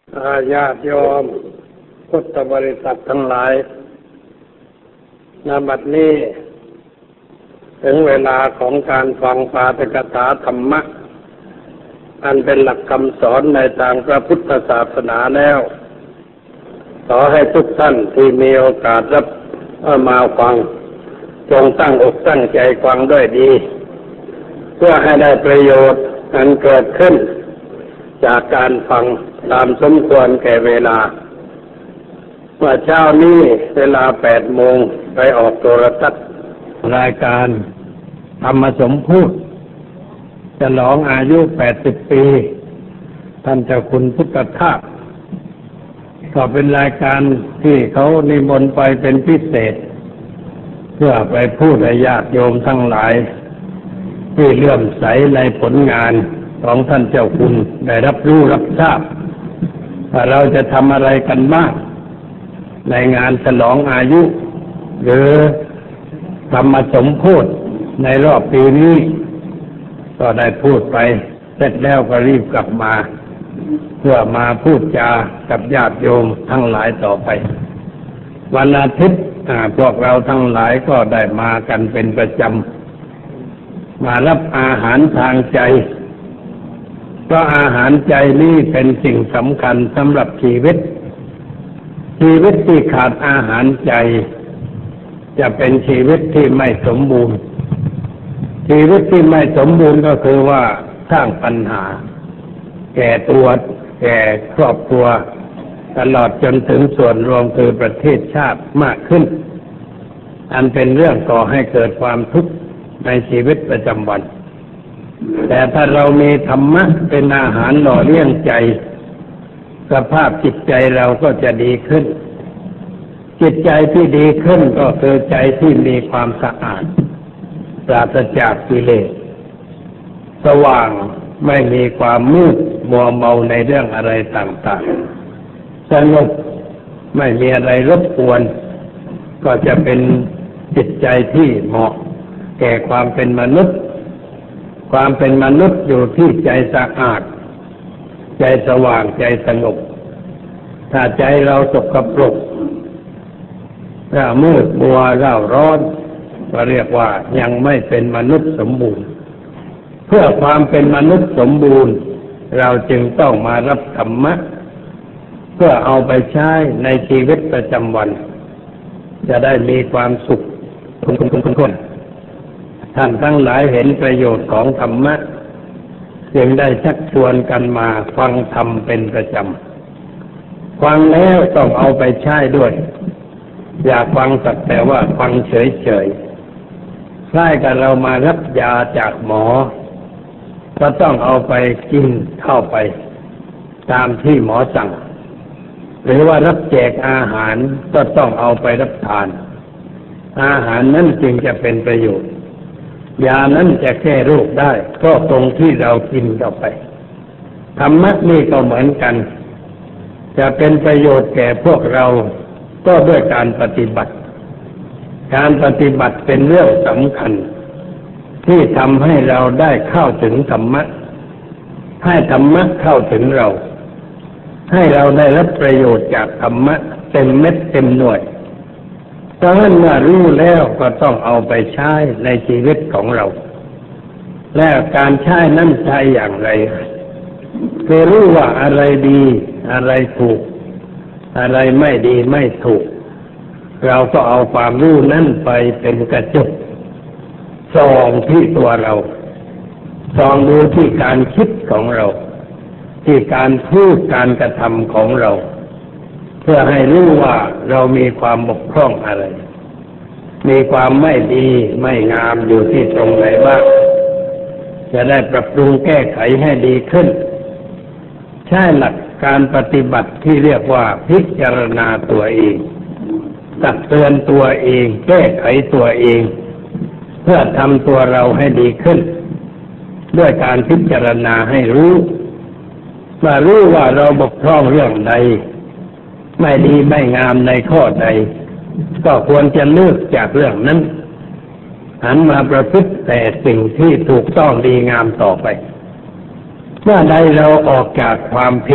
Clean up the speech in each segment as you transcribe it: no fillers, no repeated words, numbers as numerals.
ญาติโยมพุทธบริษัททั้งหลายณ บัดนี้ถึงเวลาของการฟังปาฐกถาธรรมะอันเป็นหลักคำสอนในทางพระพุทธศาสนาแล้วขอให้ทุกท่านที่มีโอกาสรับมาฟังจงตั้งอกตั้งใจฟังด้วยดีเพื่อให้ได้ประโยชน์อันเกิดขึ้นจากการฟังตามสมควรแก่เวลาเมื่อเช้านี้เวลา 8 โมงไปออกโทรทัศน์รายการธรรมสมโภชฉลองอายุ 80 ปีท่านเจ้าคุณพุทธทาสก็เป็นรายการที่เขานิมนต์ไปเป็นพิเศษเพื่อไปพูดให้ญาติโยมทั้งหลายที่เลื่อมใสในผลงานของท่านเจ้าคุณได้รับรู้รับทราบว่าเราจะทำอะไรกันบ้างในงานฉลองอายุหรือธรรมสมโภชในรอบปีนี้ก็ได้พูดไปเสร็จแล้วก็รีบกลับมาเพื่อมาพูดจากับญาติโยมทั้งหลายต่อไปวันอาทิตย์พวกเราทั้งหลายก็ได้มากันเป็นประจำมารับอาหารทางใจเพราะอาหารใจนี้เป็นสิ่งสำคัญสำหรับชีวิตที่ขาดอาหารใจจะเป็นชีวิตที่ไม่สมบูรณ์ชีวิตที่ไม่สมบูรณ์ก็คือว่าสร้างปัญหาแก่ตัวแก่ครอบครัวตลอดจนถึงส่วนรวมคือประเทศชาติมากขึ้นอันเป็นเรื่องก่อให้เกิดความทุกข์ในชีวิตประจำวันแต่ถ้าเรามีธรรมะเป็นอาหารหล่อเลี้ยงใจสภาพจิตใจเราก็จะดีขึ้นจิตใจที่ดีขึ้นก็คือใจที่มีความสะอาดปราศจากกิเลสสว่างไม่มีความมืดมัวเมาในเรื่องอะไรต่างๆสงบไม่มีอะไรรบกวนก็จะเป็นจิตใจที่เหมาะแก่ความเป็นมนุษย์ความเป็นมนุษย์อยู่ที่ใจสะอาดใจสว่างใจสงบถ้าใจเราสกปรกถ้ามืดมัวเร่าร้อนก็เรียกว่ายังไม่เป็นมนุษย์สมบูรณ์เพื่อความเป็นมนุษย์สมบูรณ์เราจึงต้องมารับธรรมะเพื่อเอาไปใช้ในชีวิตประจำวันจะได้มีความสุขทุกคนท่านทั้งหลายเห็นประโยชน์ของธรรมะจึงได้ชักชวนกันมาฟังธรรมเป็นประจำฟังแล้วต้องเอาไปใช้ด้วยอย่าฟังสักแต่ว่าฟังเฉยๆคล้ายกับเรามารับยาจากหมอก็ต้องเอาไปกินเข้าไปตามที่หมอสั่งหรือว่ารับแจกอาหารก็ต้องเอาไปรับทานอาหารนั้นจึงจะเป็นประโยชน์ยานั้นจะแก้โรคได้ก็ตรงที่เรากินเข้าไปธรรมะนี่ก็เหมือนกันจะเป็นประโยชน์แก่พวกเราก็ด้วยการปฏิบัติการปฏิบัติเป็นเรื่องสำคัญที่ทำให้เราได้เข้าถึงธรรมะให้ธรรมะเข้าถึงเราให้เราได้รับประโยชน์จากธรรมะเต็มเม็ดเต็มหน่วยดังนั้นเมื่อรู้แล้วก็ต้องเอาไปใช้ในชีวิตของเราและการใช้นั้นใช้อย่างไรคือรู้ว่าอะไรดีอะไรถูกอะไรไม่ดีไม่ถูกเราก็เอาความรู้นั้นไปเป็นกระจกส่องที่ตัวเราส่องดูที่การคิดของเราที่การพูดการกระทำของเราเพื่อให้รู้ว่าเรามีความบกพร่องอะไรมีความไม่ดีไม่งามอยู่ที่ตรงไหนบ้างจะได้ปรับปรุงแก้ไขให้ดีขึ้นใช้หลักการปฏิบัติที่เรียกว่าพิจารณาตัวเองตักเตือนตัวเองแก้ไขตัวเองเพื่อทำตัวเราให้ดีขึ้นด้วยการพิจารณาให้รู้ว่าเราบกพร่องเรื่องใดไม่ดีไม่งามในข้อใดก็ควรจะเลือกจากเรื่องนั้นหันมาประพฤติแต่สิ่งที่ถูกต้องดีงามต่อไป เมื่อใดเราออกจากความผิด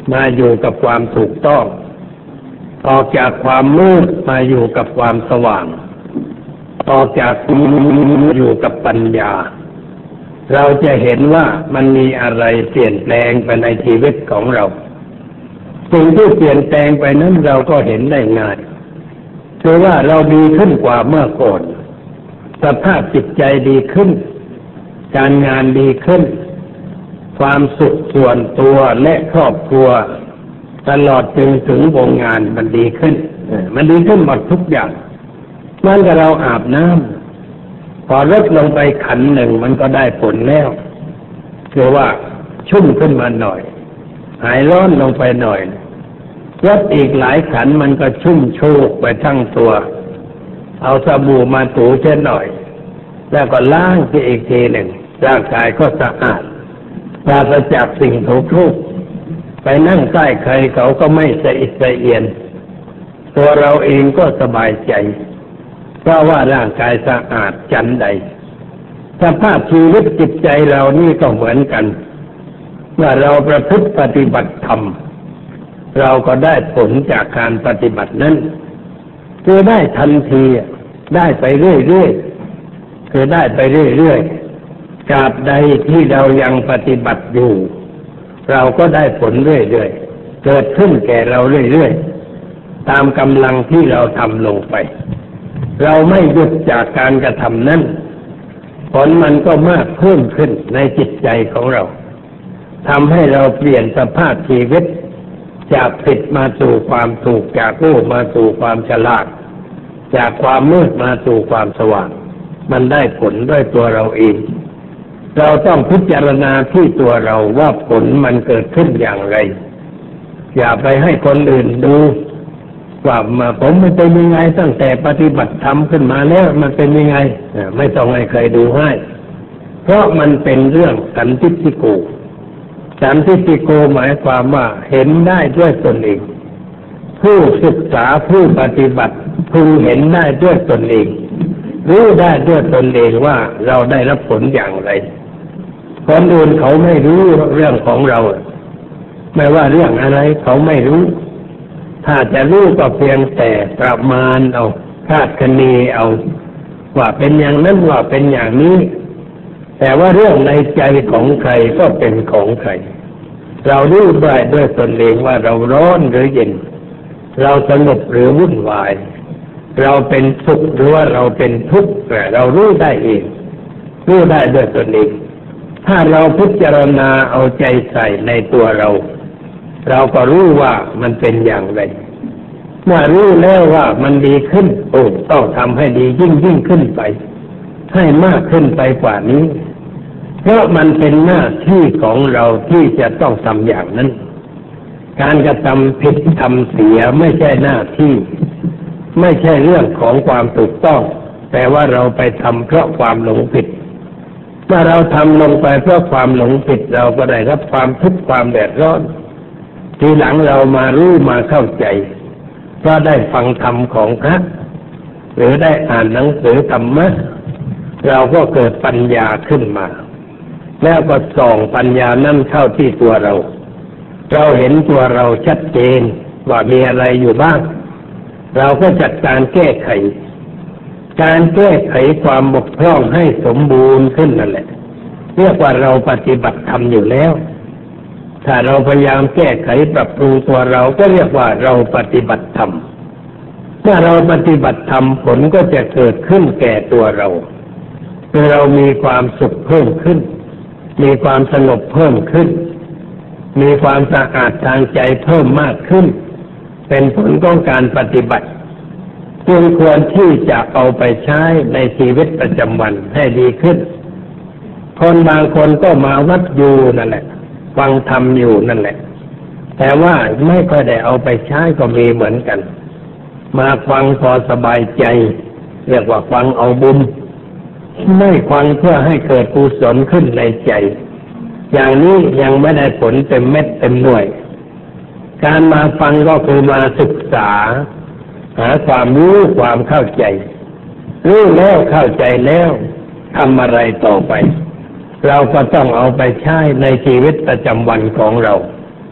มาอยู่กับความถูกต้องออกจากความมืดมาอยู่กับความสว่างออกจากอยู่กับปัญญาเราจะเห็นว่ามันมีอะไรเปลี่ยนแปลงไปในชีวิตของเราสิ่งที่เปลี่ยนแปลงไปนั้นเราก็เห็นได้ง่ายคือว่าเราดีขึ้นกว่าเมื่อก่อนสภาพจิตใจดีขึ้นการงานดีขึ้นความสุขส่วนตัวและครอบครัวตลอดจนถึงวงงานมันดีขึ้นหมดทุกอย่างเหมือนกับเราอาบน้ำพอลดลงไปขันหนึ่งมันก็ได้ผลแล้วคือว่าชุ่มขึ้นมาหน่อยหายร้อนลงไปหน่อยลดอีกหลายขันมันก็ชุ่มโชกไปทั้งตัวเอาสบู่มาถูเช่นหน่อยแล้วก็ล้างอีกทีหนึ่งร่างกายก็สะอาดปราศจากสิ่งโสโครกไปนั่งใกล้ใครเขาก็ไม่สะอิดสะเอียนตัวเราเองก็สบายใจเพราะว่าร่างกายสะอาดฉันใดสภาพชีวิตจิตใจเรานี่ก็เหมือนกันเมื่อเราประพฤติปฏิบัติธรรมเราก็ได้ผลจากการปฏิบัตินั้นคือได้ทันทีได้ไปเรื่อยๆคือได้ไปเรื่อยๆตราบใดที่เรายังปฏิบัติอยู่เราก็ได้ผลเรื่อยๆเกิดขึ้นแก่เราเรื่อยๆตามกำลังที่เราทำลงไปเราไม่หยุดจากการกระทำนั้นผลมันก็มากเพิ่มขึ้นในจิตใจของเราทำให้เราเปลี่ยนสภาพชีวิตจากผิดมาสู่ความถูกจากโง่มาสู่ความฉลาดจากความมืดมาสู่ความสว่างมันได้ผลด้วยตัวเราเองเราต้องพิจารณาที่ตัวเราว่าผลมันเกิดขึ้นอย่างไรอย่าไปให้คนอื่นดูว่าผมมันเป็นยังไงตั้งแต่ปฏิบัติธรรมขึ้นมาแล้วมันเป็นยังไงไม่ต้องให้ใครดูให้เพราะมันเป็นเรื่องสันทิฏฐิโกสันทิฏฐิโกหมายความว่าเห็นได้ด้วยตนเองผู้ศึกษาผู้ปฏิบัติพึงเห็นได้ด้วยตนเองรู้ได้ด้วยตนเองว่าเราได้รับผลอย่างไรคนอื่นเขาไม่รู้เรื่องของเราไม่ว่าเรื่องอะไรเขาไม่รู้ถ้าจะรู้ก็เพียงแต่ประมาณเอาคาดคะเนเอาว่าเป็นอย่างนั้นว่าเป็นอย่างนี้แต่ว่าเรื่องในใจของใครก็เป็นของใครเรารู้ได้ด้วยตนเองว่าเราร้อนหรือเย็นเราสงบหรือวุ่นวายเราเป็นสุขหรือว่าเราเป็นทุกข์เรารู้ได้เองรู้ได้ด้วยตนเองถ้าเราพิจารณาเอาใจใส่ในตัวเราเราก็รู้ว่ามันเป็นอย่างไรเมื่อรู้แล้วว่ามันดีขึ้นต้องทำให้ดียิ่งขึ้นไปให้มากขึ้นไปกว่านี้เพราะมันเป็นหน้าที่ของเราที่จะต้องทำอย่างนั้นการกระทำผิดทำเสียไม่ใช่หน้าที่ไม่ใช่เรื่องของความถูกต้องแต่ว่าเราไปทำเพราะความหลงผิดเมื่อเราทำลงไปเพราะความหลงผิดเราก็ได้รับความทุกข์ความเดือดร้อนทีหลังเรามารู้มาเข้าใจก็ได้ฟังธรรมของพระหรือได้อ่านหนังสือธรรมะเราก็เกิดปัญญาขึ้นมาแล้วก็ส่องปัญญานั้นเข้าที่ตัวเราเห็นตัวเราชัดเจนว่ามีอะไรอยู่บ้างเราก็จัดการแก้ไขการแก้ไขความบกพร่องให้สมบูรณ์ขึ้นนั่นแหละเรียกว่าเราปฏิบัติธรรมอยู่แล้วถ้าเราพยายามแก้ไขปรับปรุงตัวเราก็เรียกว่าเราปฏิบัติธรรมเมื่อเราปฏิบัติธรรมผลก็จะเกิดขึ้นแก่ตัวเราคือเรามีความสุขเพิ่มขึ้นมีความสงบเพิ่มขึ้นมีความสะอาดทางใจเพิ่มมากขึ้นเป็นผลของการปฏิบัติจึงควรที่จะเอาไปใช้ในชีวิตประจำวันให้ดีขึ้นคนบางคนก็มาวัดอยู่นั่นแหละฟังธรรมอยู่นั่นแหละแต่ว่าไม่ค่อยได้เอาไปใช้ก็มีเหมือนกันมาฟังพอสบายใจเรียกว่าฟังเอาบุญไม่ฟังเพื่อให้เกิดกุศลขึ้นในใจอย่างนี้ยังไม่ได้ผลเต็มเม็ดเต็มหน่วยการมาฟังก็คือมาศึกษาหาความรู้ความเข้าใจรู้แล้วเข้าใจแล้วทำอะไรต่อไปเราก็ต้องเอาไปใช้ในชีวิตประจำวันของเรา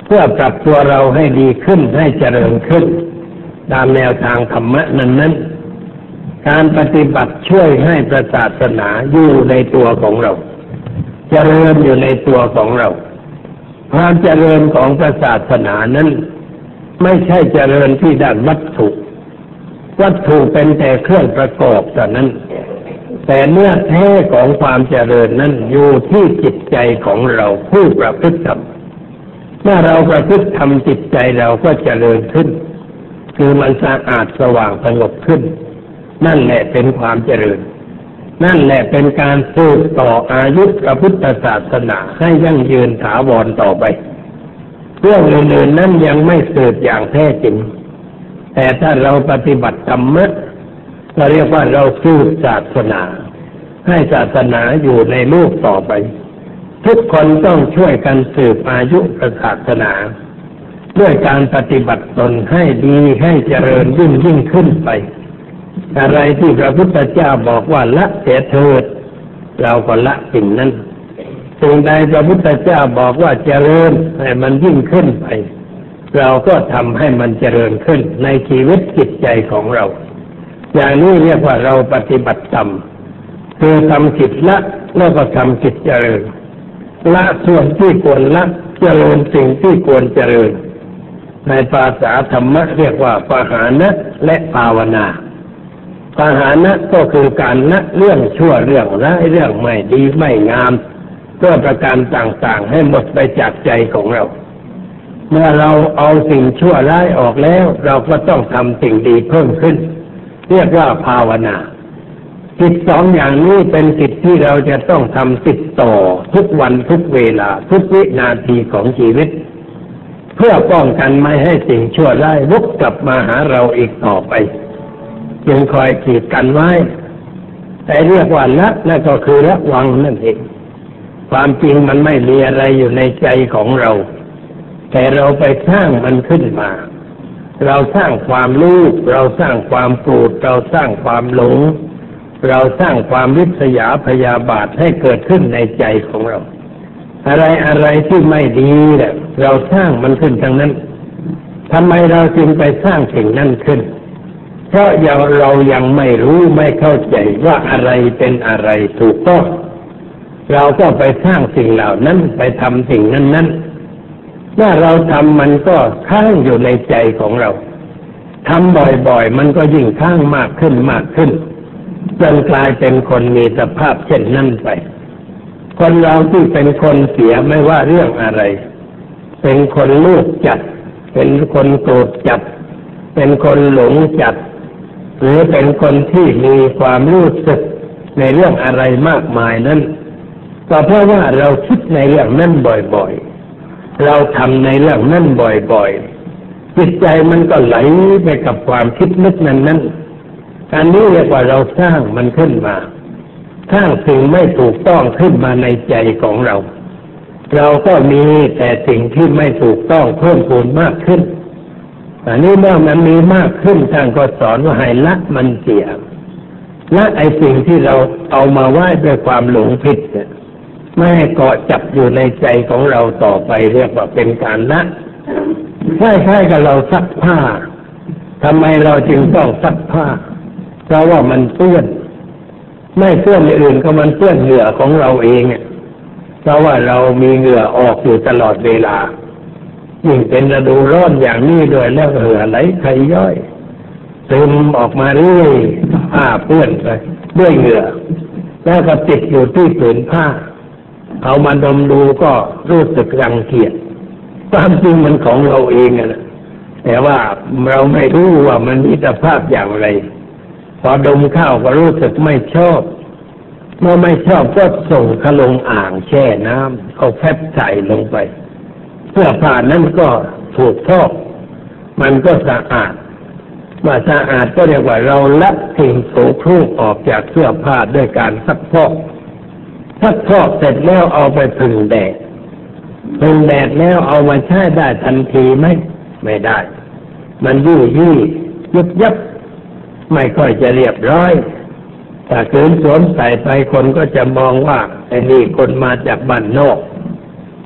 พื่อปรับตัวเราให้ดีขึ้นให้เจริญขึ้นตามแนวทางธรรมะนั้นการปฏิบัติช่วยให้ศาสนาอยู่ในตัวของเราเจริญอยู่ในตัวของเราความเจริญของศาสนานั้นไม่ใช่เจริญที่ด้านวัตถุเป็นแต่เครื่องประกอบเท่านั้นแต่เนื้อแท้ของความเจริญนั้นอยู่ที่จิตใจของเราผู้ประพฤติธรรมเมื่อเราประพฤติธรรมจิตใจเราก็เจริญขึ้นคือมันสะอาดสว่างสงบขึ้นนั่นแหละเป็นความเจริญนั่นแหละเป็นการสืบต่ออายุพระพุทธศาสนาให้ยั่งยืนถาวรต่อไปเรื่องอื่นๆนั้นยังไม่สืบอย่างแท้จริงแต่ถ้าเราปฏิบัติธรรมะเราเรียกว่าเราสืบศาสนาให้ศาสนาอยู่ในโลกต่อไปทุกคนต้องช่วยกันสืบอายุศาสนาด้วยการปฏิบัติตนให้ดีให้เจริญยิ่งขึ้นไปอะไรที่พระพุทธเจ้าบอกว่าละเสียเถิดเราก็ละสิ่งนั้นสิ่งใดพระพุทธเจ้าบอกว่าเจริญให้มันยิ่งขึ้นไปเราก็ทำให้มันเจริญขึ้นในชีวิตจิตใจของเราอย่างนี้เรียกว่าเราปฏิบัติธรรมคือทำกิจละแล้วก็ทำกิจเจริญละส่วนที่ควรละเจริญสิ่งที่ควรเจริญในภาษาธรรมะเรียกว่าปหานะและภาวนาปหานะก็คือการละเรื่องชั่วเรื่องร้ายเรื่องไม่ดีไม่งามเพื่อประการต่างๆให้หมดไปจากใจของเราเมื่อเราเอาสิ่งชั่วร้ายออกแล้วเราก็ต้องทำสิ่งดีเพิ่มขึ้นเรียกว่าภาวนากิจสองอย่างนี้เป็นกิจที่เราจะต้องทำติดต่อทุกวันทุกเวลาทุกวินาทีของชีวิตเพื่อป้องกันไม่ให้สิ่งชั่วร้ายวกกลับมาหาเราอีกต่อไปจึงคอยขีดกันไว้แต่เรียกว่าละนั่นก็คือระวังนั่นเองความจริงมันไม่มีอะไรอยู่ในใจของเราแต่เราไปสร้างมันขึ้นมาเราสร้างความรู้เราสร้างความโกรธเราสร้างความหลงเราสร้างความริษยาพยาบาทให้เกิดขึ้นในใจของเราอะไรที่ไม่ดีเนี่ยเราสร้างมันขึ้นทั้งนั้นทำไมเราจึงไปสร้างสิ่งนั้นขึ้นเพราะเรายังไม่รู้ไม่เข้าใจว่าอะไรเป็นอะไรถูกต้องเราก็ไปสร้างสิ่งเหล่านั้นไปทำสิ่งนั้นเมื่อเราทำมันก็ค้างอยู่ในใจของเราทำบ่อยๆมันก็ยิ่งค้างมากขึ้นจนกลายเป็นคนมีสภาพเช่นนั้นไปคนเราที่เป็นคนเสียไม่ว่าเรื่องอะไรเป็นคนโลภจัดเป็นคนโกรธจัดเป็นคนหลงจัดหรือเป็นคนที่มีความรู้สึกในเรื่องอะไรมากมายนั้นก็เพราะว่าเราคิดในเรื่องนั้นบ่อยๆเราทำในเรื่องนั้นบ่อยๆจิตใจมันก็ไหลไปกับความคิดนึกนั้นอันนี้เรียกว่าเราสร้างมันขึ้นมาสร้างสิ่งไม่ถูกต้องขึ้นมาในใจของเราเราก็มีแต่สิ่งที่ไม่ถูกต้องเพิ่มพูนมากขึ้นอันนี้เมื่อมันมีมากขึ้นท่านก็สอนว่าให้ละมันเสียละไอ้สิ่งที่เราเอามาไว้ด้วยความหลงผิดเนี่ยไม่ให้เกาะจับอยู่ในใจของเราต่อไปเรียกว่าเป็นการละคล้ายๆกับเราซักผ้าทำไมเราจึงต้องซักผ้าเพราะว่ามันเปื้อนไม่เปื้อนอื่นก็มันเปื้อนเหงื่อของเราเองเพราะว่าเรามีเหงื่อออกอยู่ตลอดเวลายิ่งเป็นฤดูร้อนอย่างนี้ด้วยแล้วเหงื่อไหลไขย่อยซึมออกมาเรื่อยผ้าเปื้อนไปด้วยเหงื่อแล้วก็ติดอยู่ที่ผืนผ้าเอามาดมดูก็รู้สึกรังเกียจความจริงมันของเราเองนะแต่ว่าเราไม่รู้ว่ามันมีสภาพอย่างไรพอดมเข้าก็รู้สึกไม่ชอบเมื่อไม่ชอบก็ส่งเขาลงอ่างแช่น้ำเอาแฟบใส่ลงไปเสื้อผ้านั้นก็ถูกทอดมันก็สะอาดว่าสะอาดก็เรียกว่าเราละสิ่งโสโครกออกจากเสื้อผ้าด้วยการซักฟอกเสร็จแล้วเอาไปพึ่งแดดแล้วเอามาใช้ได้ทันทีไหมไม่ได้มันยุ่ยยุบยับไม่ค่อยจะเรียบร้อยถ้าคืนสวมใส่ไปคนก็จะมองว่าไอ้นี่คนมาจากบ้านนอก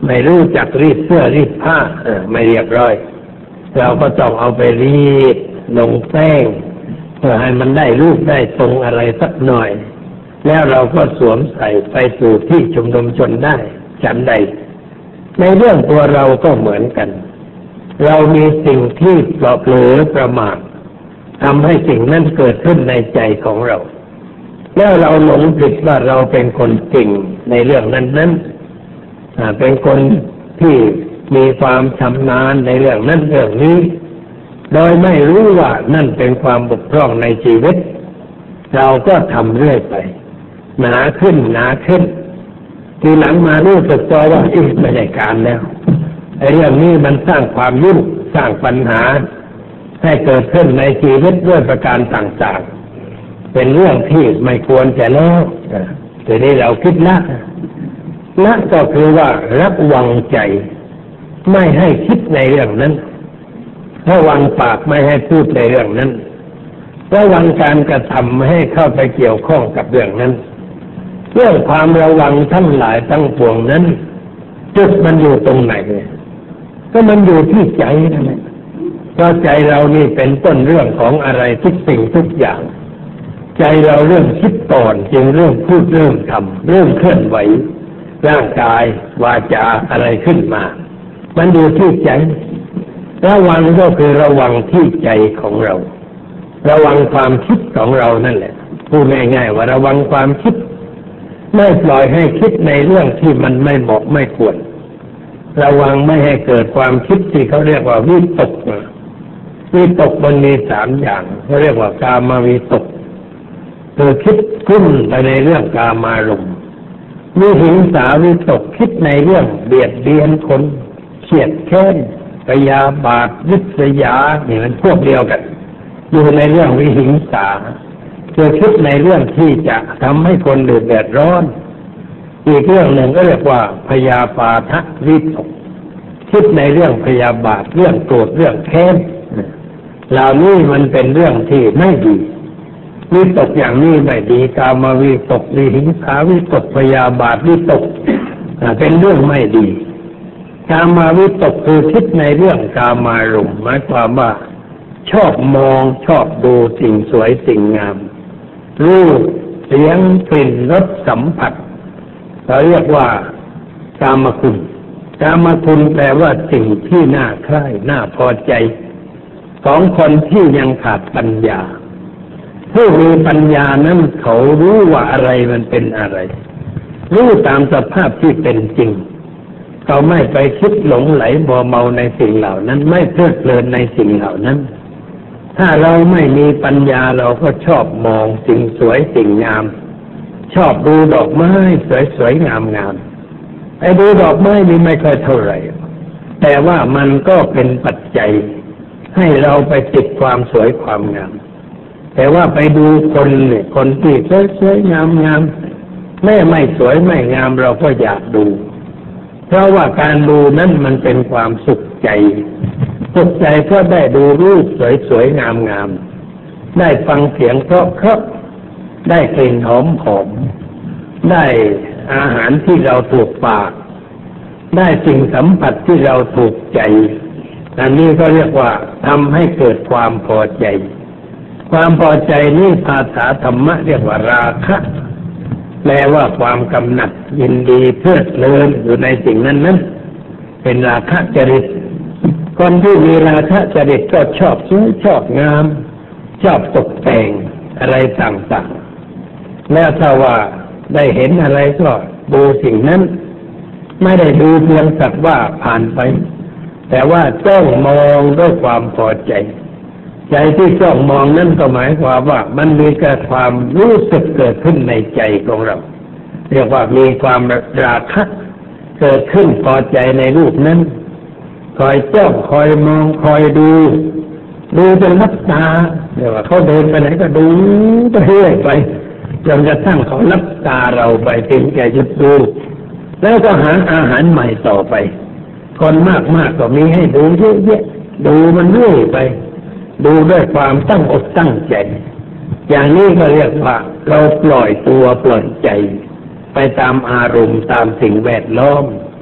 ไม่รู้จักรีดเสื้อรีดผ้าไม่เรียบร้อยเราก็ต้องเอาไปรีดลงแป้งเพื่อให้มันได้รูปได้ทรงอะไรสักหน่อยแล้วเราก็สวมใส่ไปสู่ที่ชุมนุมชนได้ฉันใดในเรื่องตัวเราก็เหมือนกันเรามีสิ่งที่เผลอประมาททำให้สิ่งนั้นเกิดขึ้นในใจของเราแล้วเราหลงผิดว่าเราเป็นคนเก่งในเรื่องนั้นเป็นคนที่มีความชำนาญในเรื่องนั้นเรื่องนี้โดยไม่รู้ว่านั่นเป็นความบกพร่องในชีวิตเราก็ทำเรื่อยไปหนาขึ้นทีหลังมารู้สึกตัวว่าไม่ได้การแล้วไอ้เรื่องนี้มันสร้างความยุ่งสร้างปัญหาให้เกิดขึ้นในชีวิตด้วยประการต่างๆเป็นเรื่องที่ไม่ควรจะแล้วทีนี้เราคิดละก็คือว่าระวังใจไม่ให้คิดในเรื่องนั้นระวังปากไม่ให้พูดในเรื่องนั้นระวังการกระทำไม่ให้เข้าไปเกี่ยวข้องกับเรื่องนั้นเรื่องความระวังทั้งหลายทั้งปวงนั้นจุดมันอยู่ตรงไหนก็มันอยู่ที่ใจนั่นแหละเพราะใจเรานี่เป็นต้นเรื่องของอะไรทุกสิ่งทุกอย่างใจเราเรื่องคิดก่อนจึงเรื่องพูดเรื่องทำเรื่องเคลื่อนไหวร่างกายวาจาอะไรขึ้นมามันอยู่ที่ใจระวังก็คือระวังที่ใจของเราระวังความคิดของเรานั่นแหละพูดง่ายๆว่าระวังความคิดไม่ปล่อยให้คิดในเรื่องที่มันไม่เหมาะไม่ควรระวังไม่ให้เกิดความคิดที่เขาเรียกว่าวิตกมันมี3อย่างเขาเรียกว่ากามวิตกคือคิดคุ้มไปในเรื่องกามารมณ์วิหิงสาวิตกคิดในเรื่องเบียดเบียนคนเฉียดแค้นพยาบาทริษยานี่มันพวกเดียวกันอยู่ในเรื่องวิหิงสาคือคิดในเรื่องที่จะทำให้คนเดือดร้อนอีกเรื่องหนึ่งก็เรียกว่าพยาบาทวิตกคิดในเรื่องพยาบาทเรื่องโกรธเรื่องแค้นเหล่านี้มันเป็นเรื่องที่ไม่ดีวิตกอย่างนี้ไม่ดีกามวิตกวิหิงสาวิตกพยาบาทวิตกเป็นเรื่องไม่ดีกามวิตกคือคิดในเรื่องกามารมณ์หมายความว่าชอบมองชอบดูสิ่งสวยสิ่งงามรูปเสียงกลิ่นรสสัมผัสเราเรียกว่ากามคุณแปลว่าสิ่งที่น่าใคร่น่าพอใจของคนที่ยังขาดปัญญาผู้มีปัญญานั้นเขารู้ว่าอะไรมันเป็นอะไรรู้ตามสภาพที่เป็นจริงเขาไม่ไปคิดหลงไหลมัวเมาในสิ่งเหล่านั้นไม่เพลิดเพลินในสิ่งเหล่านั้นถ้าเราไม่มีปัญญาเราก็ชอบมองสิ่งสวยสิ่งงามชอบดูดอกไม้สวยๆงามๆไอ้ดูดอกไม้นี่ไม่ค่อยเท่าไหร่แต่ว่ามันก็เป็นปัจจัยให้เราไปติดความสวยความงามแต่ว่าไปดูคนเนี่ยคนที่สวยๆงามๆแม้ไม่สวยไม่งามเราก็อยากดูเพราะว่าการดูนั้นมันเป็นความสุขใจก็ได้ดูรูปสวยๆงามๆได้ฟังเสียงเพราะได้กลิ่นหอมได้อาหารที่เราถูกปากได้สิ่งสัมผัสที่เราถูกใจอันนี้ก็เรียกว่าทำให้เกิดความพอใจความพอใจนี่ภาษาธรรมะเรียกว่าราคะแปลว่าความกำหนัดยินดีเพลิดเพลินอยู่ในสิ่งนั้นเป็นราคะจริตคนที่มีราคะจริตก็ชอบสวยชอบงามชอบตกแต่งอะไรต่างๆแล้วถ้าว่าได้เห็นอะไรก็ดูสิ่งนั้นไม่ได้ดูเพียงสักว่าผ่านไปแต่ว่าจ้องมองด้วยความพอใจใจที่จ้องมองนั่นก็หมายความว่ามันมีความรู้สึกเกิดขึ้นในใจของเราเรียกว่ามีความราคะเกิดขึ้นพอใจในรูปนั้นคอยจ้องคอยมองคอยดูจนลับตาเรียกว่าเขาเดินไปไหนก็ดูไปเรื่อยไปจนกระทั่งเขาลับตาเราไปถึงแก่หยุดดูแล้วก็หาอาหารใหม่ต่อไปคนมากก็มีให้ดูเยอะแยะดูมันเรื่อยไปดูด้วยความตั้งอกตั้งใจอย่างนี้ก็เรียกว่าเราปล่อยตัวปล่อยใจไปตามอารมณ์ตามสิ่งแวดล้อม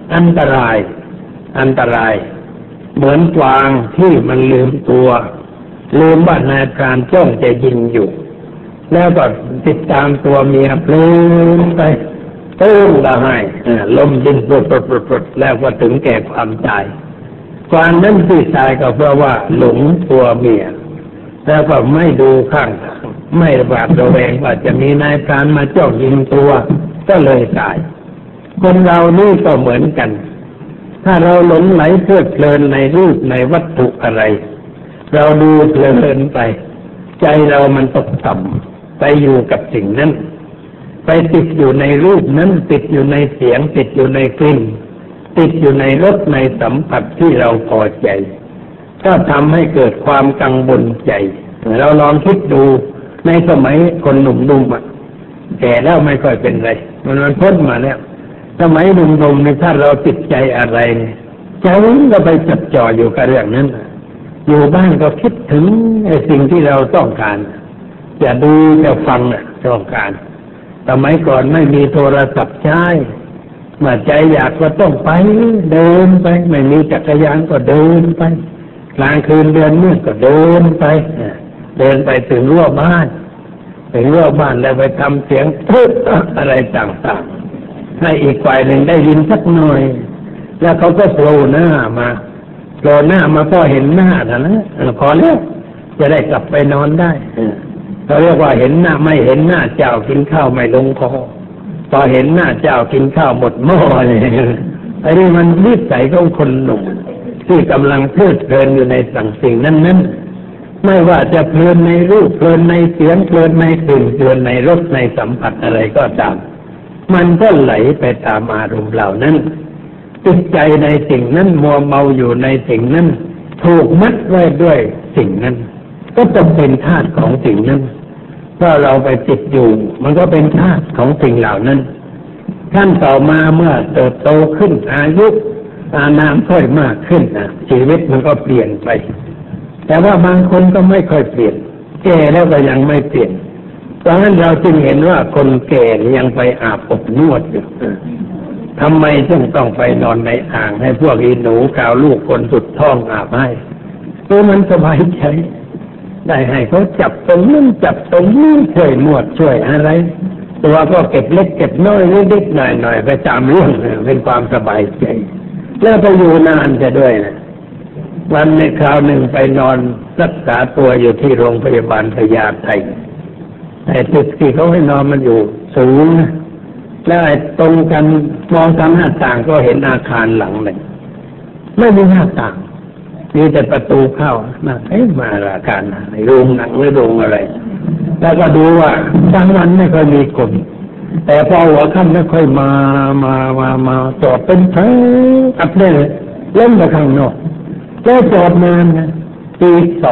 อันตรายเหมือนกวางที่มันลืมตัวลืมว่านายพรานจ้องจะยิงอยู่แล้วก็ติดตามตัวเมียเพลินไปตื้มละให้ล้มดินปรดแล้วก็ถึงแก่ความตายกวางนั้นที่ตายก็เพราะว่าหลงตัวเมียแล้วก็ไม่ดูข้างทางไม่หวาดระแวงว่าจะมีนายพรานมาจ้องยิงตัวก็เลยตายคนเรานี่ก็เหมือนกันถ้าเราหลงไหลเพลิดเพลินในรูปในวัตถุอะไรเราดูเพลินไปใจเรามันตกต่ำไปอยู่กับสิ่งนั้นไปติดอยู่ในรูปนั้นติดอยู่ในเสียงติดอยู่ในกลิ่นติดอยู่ในรสในสัมผัสที่เราพอใจก็ทำให้เกิดความกังวลใจเราลองคิดดูในสมัยคนหนุ่มๆแก่แล้วไม่ค่อยเป็นไรมันพ้นมาแล้วสมัยหนุ่มๆในถ้าเราติดใจอะไรใจก็ไปจดจ่ออยู่กับเรื่องนั้นอยู่บ้านก็คิดถึงไอ้สิ่งที่เราต้องการจะดูจะฟังต้องการสมัยก่อนไม่มีโทรศัพท์ใช้เมื่อใจอยากก็ต้องไปเดินไปไม่มีจักรยานก็เดินไปกลางคืนเดือนมืดก็เดินไปถึงรั้วบ้านแล้วไปทำเสียงทึบอะไรต่างๆให้อีกฝ่ายหนึ่งได้ยินสักหน่อยแล้วเขาก็โผล่หน้ามาพอเห็นหน้านะพอแล้วจะได้กลับไปนอนได้เขาเรียกว่าเห็นหน้าไม่เห็นหน้าเจ้ากินข้าวไม่ลงคอพอเห็นหน้าเจ้ากินข้าวหมดหม้อเลยไอ้นี่มันนิสัยของคนหนุ่มที่กำลังเพลิดเพลินอยู่ในสิ่งนั้นไม่ว่าจะเพลินในรูปเพลินในเสียงเพลินในกลิ่นเพลินในรสในสัมผัสอะไรก็ตามมันก็ไหลไปตามอารมณ์เหล่านั้นจิตใจในสิ่งนั้นมัวเมาอยู่ในสิ่งนั้นถูกมัดไว้ด้วยสิ่งนั้นก็ต้องเป็นธาตุของสิ่งนั้นถ้าเราไปติดอยู่มันก็เป็นธาตุของสิ่งเหล่านั้นขั้นต่อมาเมื่อเติบโตขึ้นอายุอานามค่อยมากขึ้นชีวิตมันก็เปลี่ยนไปแต่ว่าบางคนก็ไม่ค่อยเปลี่ยนแก่แล้วก็ยังไม่เปลี่ยนเพราะฉะนั้นเราจึงเห็นว่าคนแก่ยังไปอาบอบนวดอยู่ทำไมจึงต้องไปนอนในอ่างให้พวกอีหนูกาวลูกคนสุดท้องอาบให้มันสบายใจได้ให้เขาจับตรงนั้นจับตรงนี้ช่วยนวดช่วยอะไรตัวก็เก็บเล็กเก็บน้อยนิดๆหน่อยๆไปตามเรื่องเป็นความสบายใจแล้วไปอยู่นานจะด้วยนะวันในคราวหนึ่งไปนอนรักษาตัวอยู่ที่โรงพยาบาลพญาไทแต่ตึกที่เขาให้นอนมันอยู่สูงนะแล้วตรงกันมองทางหน้าต่างก็เห็นอาคารหลังหนึ่งไม่มีหน้าต่างมีแต่ประตูเข้ามาอาคารในโรงหนังหรือโรงอะไรแล้วก็ดูว่ากลางวันไม่ค่อยมีคนแต่พอหัวค่ำไม่ค่อยมาจอดเป็นแถวอัดได้เลยเล่นไปข้างนอกแล้วจอดนานนะตี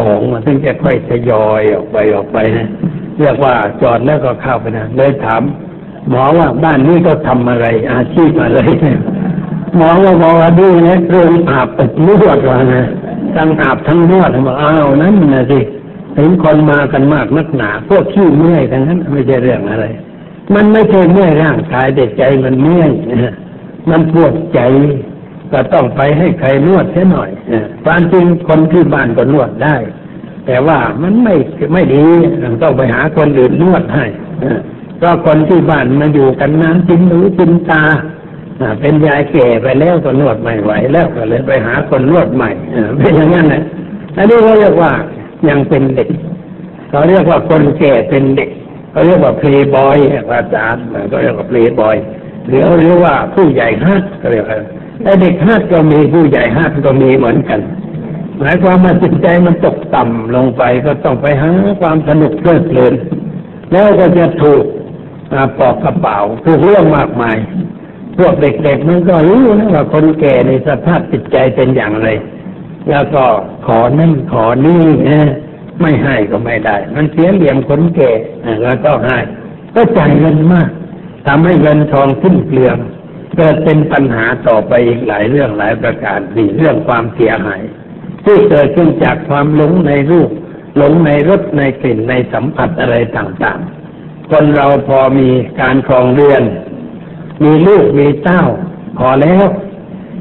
2ถึงจะค่อยทยอยออกไปนะเรียกว่าจอดแล้วก็เข้าไปนะเลยถามหมอว่าบ้านนี้ก็ทำอะไรอาชีพอะไรหมอว่าดูนะโรงอาบอบนวดว่านะทั้งอาบทั้งนวดบอกอ้าวนั่นนะสิเห็นคนมากันมากนักหนาพวกขี้เมื่อยทั้งนั้นไม่ใช่เรื่องอะไรมันไม่ใช่เมื่อยร่างกายแต่ใจมันเมื่อยมันปวดใจก็ต้องไปให้ใครนวดเสียหน่อยความจริงคนที่บ้านก็นวดได้แต่ว่ามันไม่ดีต้องไปหาคนอื่นนวดให้เพราะคนที่บ้านมาอยู่กันนานกินหูกินตาเป็นยายแก่ไปแล้วก็นวดไม่ไหวแล้วก็เลยไปหาคนนวดใหม่เป็นอย่างนั้นแหละอันนี้เขาเรียกว่ายังเป็นเด็กเขาเรียกว่าคนแก่เป็นเด็กเขาเรียกว่าเพลย์บอยอาจารย์ก็เรียกว่าเพลย์บอยหรือว่าผู้ใหญ่ฮัทก็เรียกว่าแต่เด็กฮัทก็มีผู้ใหญ่ฮัทก็มีเหมือนกันหมายความว่าจิตใจมันตกต่ำลงไปก็ต้องไปหาความสนุกเพลิดเพลินแล้วก็จะถูกปอกกระเป๋าถูกเรื่องมากมายพวกเด็กๆมันก็รู้นะว่าคนแก่ในสภาพจิตใจเป็นอย่างไรแล้วก็ขอนั่นขอนี่ไม่ให้ก็ไม่ได้มันเสียเหลี่ยมคนแก่แล้วก็ให้ก็จ่ายเงินมากทำให้เงินทองสิ้นเปลืองเกิดเป็นปัญหาต่อไปอีกหลายเรื่องหลายประการสี่เรื่องความเสียหายที่เกิดขึ้นจากความหลงในรูปหลงในรสในกลิ่นในสัมผัสอะไรต่างๆคนเราพอมีการครองเรือนมีลูกมีเต้าพอแล้ว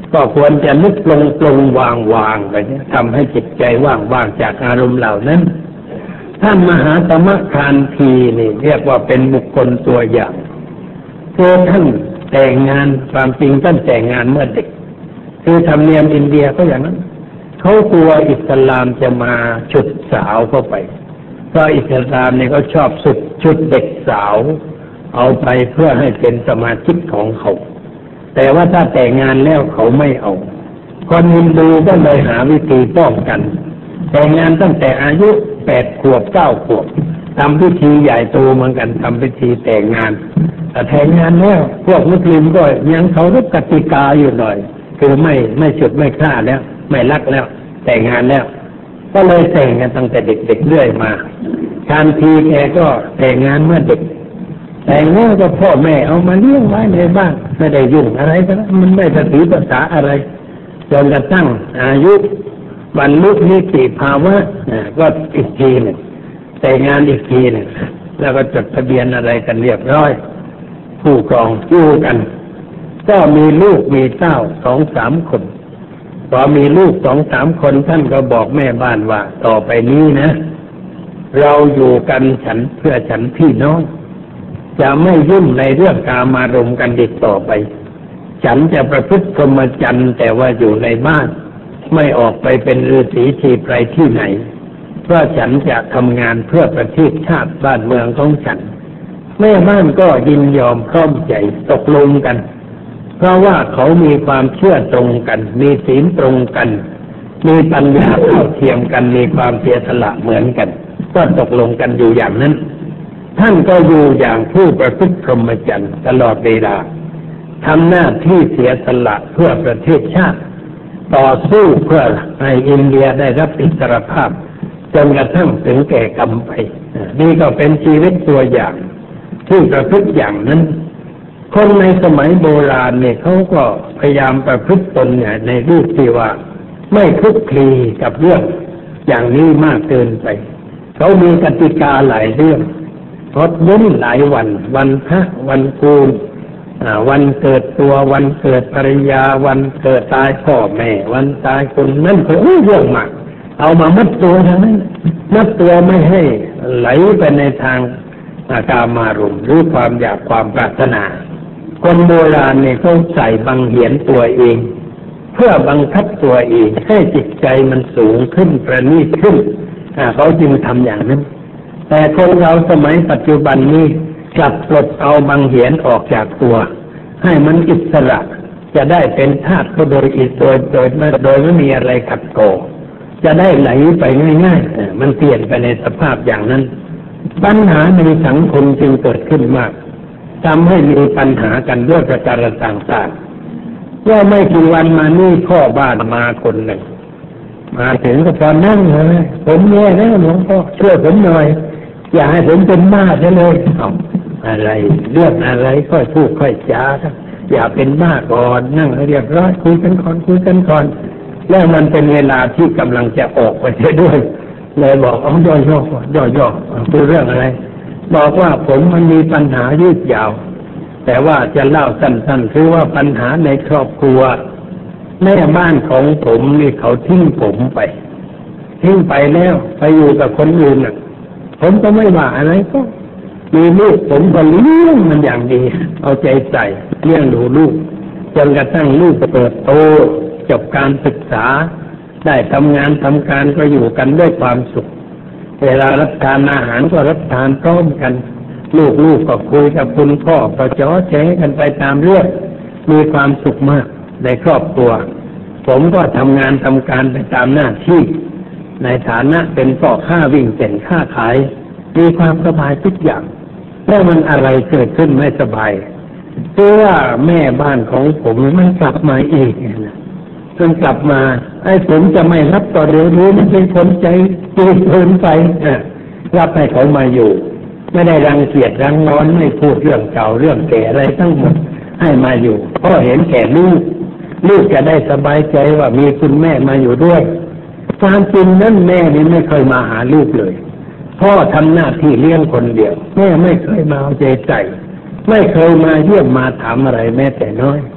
ก็ควรจะนึกปลงวางไปเนี่ยทำให้จิตใจว่างจากอารมณ์เหล่านั้นท่านมหาตมะคานธีนี่เรียกว่าเป็นบุคคลตัวอย่างคือท่านแต่งงานความจริงท่านแต่งงานเมื่อเด็กคือธรรมเนียมอินเดียก็อย่างนั้นเขากลัวอิสลามจะมาฉุดสาวเข้าไปเพราะอิสลามเนี่ยเขาชอบชุดเด็กสาวเอาไปเพื่อให้เป็นสมาชิกของเขาแต่ว่าถ้าแต่งงานแล้วเขาไม่เอาคนฮินดูก็เลยหาวิธีป้องกันแต่งงานตั้งแต่อายุ8 ขวบ 9 ขวบทำพิธีใหญ่โตเหมือนกันทำพิธีแต่งงานแต่งงานแล้วพวกมุสลิมก็ยังเคารพกติกาอยู่หน่อยคือไม่ฉุดไม่ฆ่าแล้วไม่ลักแล้วแต่งงานแล้วก็เลยแต่งกันตั้งแต่เด็กๆเรื่อยมาคานธีแกก็แต่งงานเมื่อเด็กแต่งแล้วก็พ่อแม่เอามาเลี้ยงไว้ในบ้านไม่ได้ยุ่งอะไรกันมันไม่ถือภาษาอะไรจนกระทั่งอายุบรรลุนิติภาวะก็อีกทีหนึ่งแต่งงานอีกทีหนึ่งแล้วก็จดทะเบียนอะไรกันเรียบร้อยผู้ครองอยู่กันก็มีลูกมีเต้า 2-3 คนพอมีลูก 2-3 คนท่านก็บอกแม่บ้านว่าต่อไปนี้นะเราอยู่กันฉันเพื่อฉันพี่น้องจะไม่ยุ่งในเรื่องกามารมณ์กันอีกต่อไปฉันจะประพฤติพรหมจรรย์แต่ว่าอยู่ในบ้านไม่ออกไปเป็นฤาษีชีไพรที่ไหนเพราะฉันจะทำงานเพื่อประเทศชาติบ้านเมืองของฉันแม่บ้านก็ยินยอมพร้อมใจตกลงกันเพราะว่าเขามีความเชื่อตรงกันมีศีลตรงกันมีปัญญาเท่าเทียมกันมีความเสียสละเหมือนกันก็ตกลงกันอยู่อย่างนั้นท่านก็อยู่อย่างผู้ประพฤติพรหมจรรย์ตลอดเวลาทำหน้าที่เสียสละเพื่อประเทศชาติต่อสู้เพื่อให้อินเดียได้รับอิสรภาพจนกระทั่งถึงแก่กรรมไปนี่ก็เป็นชีวิตตัวอย่างที่ประพฤติอย่างนั้นคนในสมัยโบราณเนี่ยเขาก็พยายามประพฤติตนเนี่ยในรูปที่ว่าไม่คลุกคลีกับเรื่องอย่างนี้มากเกินไปเขามีกติกาหลายเรื่องงดเว้นหลายวันพระวันโกนวันเกิดตัววันเกิดภรรยาวันเกิดตายพ่อแม่วันตายคนนั่นก็เรื่องมากเอามามัดตัวทั้งนั้นมัดตัวไม่ให้ไหลไปในทางกามารมณ์หรือความอยากความปรารถนาคนโบราณเนี่ยเขาใส่บังเหียนตัวเองเพื่อบังคับตัวเองให้จิตใจมันสูงขึ้นประณีตขึ้นเขาจึงทำอย่างนั้นแต่คนเราสมัยปัจจุบันนี้กลับปลดเอาบังเหียนออกจากตัวให้มันอิสระจะได้เป็นธาตุโดยไม่มีอะไรขัดเกลาจะได้ไหลไปง่ายๆมันเปลี่ยนไปในสภาพอย่างนั้นปัญหาในสังคมจึงเกิดขึ้นมากทำให้มีปัญหากันด้วยประการต่างๆว่าไม่กี่วันมานี่พ่อบ้านมาคนหนึ่งมาถึงก็พอนั่งเลยผมแย่แล้วหลวงพ่อช่วยผมหน่อยอย่าให้ผมเป็นบ้าซะเลยอะไรเรื่องอะไรค่อยพูดค่อยจาอย่าเป็นบ้าก่อนนั่งให้เรียบร้อยคุยกันก่อนแล้วมันเป็นเวลาที่กำลังจะออกไปด้วยเลยบอกย่อคือเรื่องอะไรบอกว่าผมมันมีปัญหายืดยาวแต่ว่าจะเล่าสั้นๆคือว่าปัญหาในครอบครัวแม่บ้านของผมนี่เขาทิ้งผมไปแล้วไปอยู่กับคนอื่นน่ะผมก็ไม่ว่าอะไรก็มีลูกผมก็เลี้ยงมันอย่างดีเอาใจใส่เลี้ยงดูลูกจนกระทั่งลูกเติบโตจบการศึกษาได้ทำงานทำการก็อยู่กันด้วยความสุขเวลารับทานอาหารก็รับทานพร้อมกันลูกก็คุยกับคุณพ่อก็จ้อแจ้กันไปตามเรื่องมีความสุขมากในครอบครัวผมก็ทำงานทำการไปตามหน้าที่ในฐานะเป็นพ่อค้าวิ่งเต้นค้าขายมีความสบายทุกอย่างแล้วมันอะไรเกิดขึ้นไม่สบายคือว่าแม่บ้านของผมมันกลับมาอีกนะจนกลับมาไอ้ผมจะไม่รับต่อเดี๋ยวนี้มันเป็นคนใจจืดเกินไปรับให้เขามาอยู่ไม่ได้รังเกียจรังร้อนไม่พูดเรื่องเก่าเรื่องแก่อะไรทั้งหมดให้มาอยู่เพราะเห็นแก่ลูกจะได้สบายใจว่ามีคุณแม่มาอยู่ด้วยความจริงนั้นแม่นี่ไม่เคยมาหาลูกเลยพ่อทำหน้าที่เลี้ยงคนเดียวแม่ไม่เคยมาเอาใจใส่ไม่เคยมาเยี่ยมมาถามอะไรแม้แต่น้อย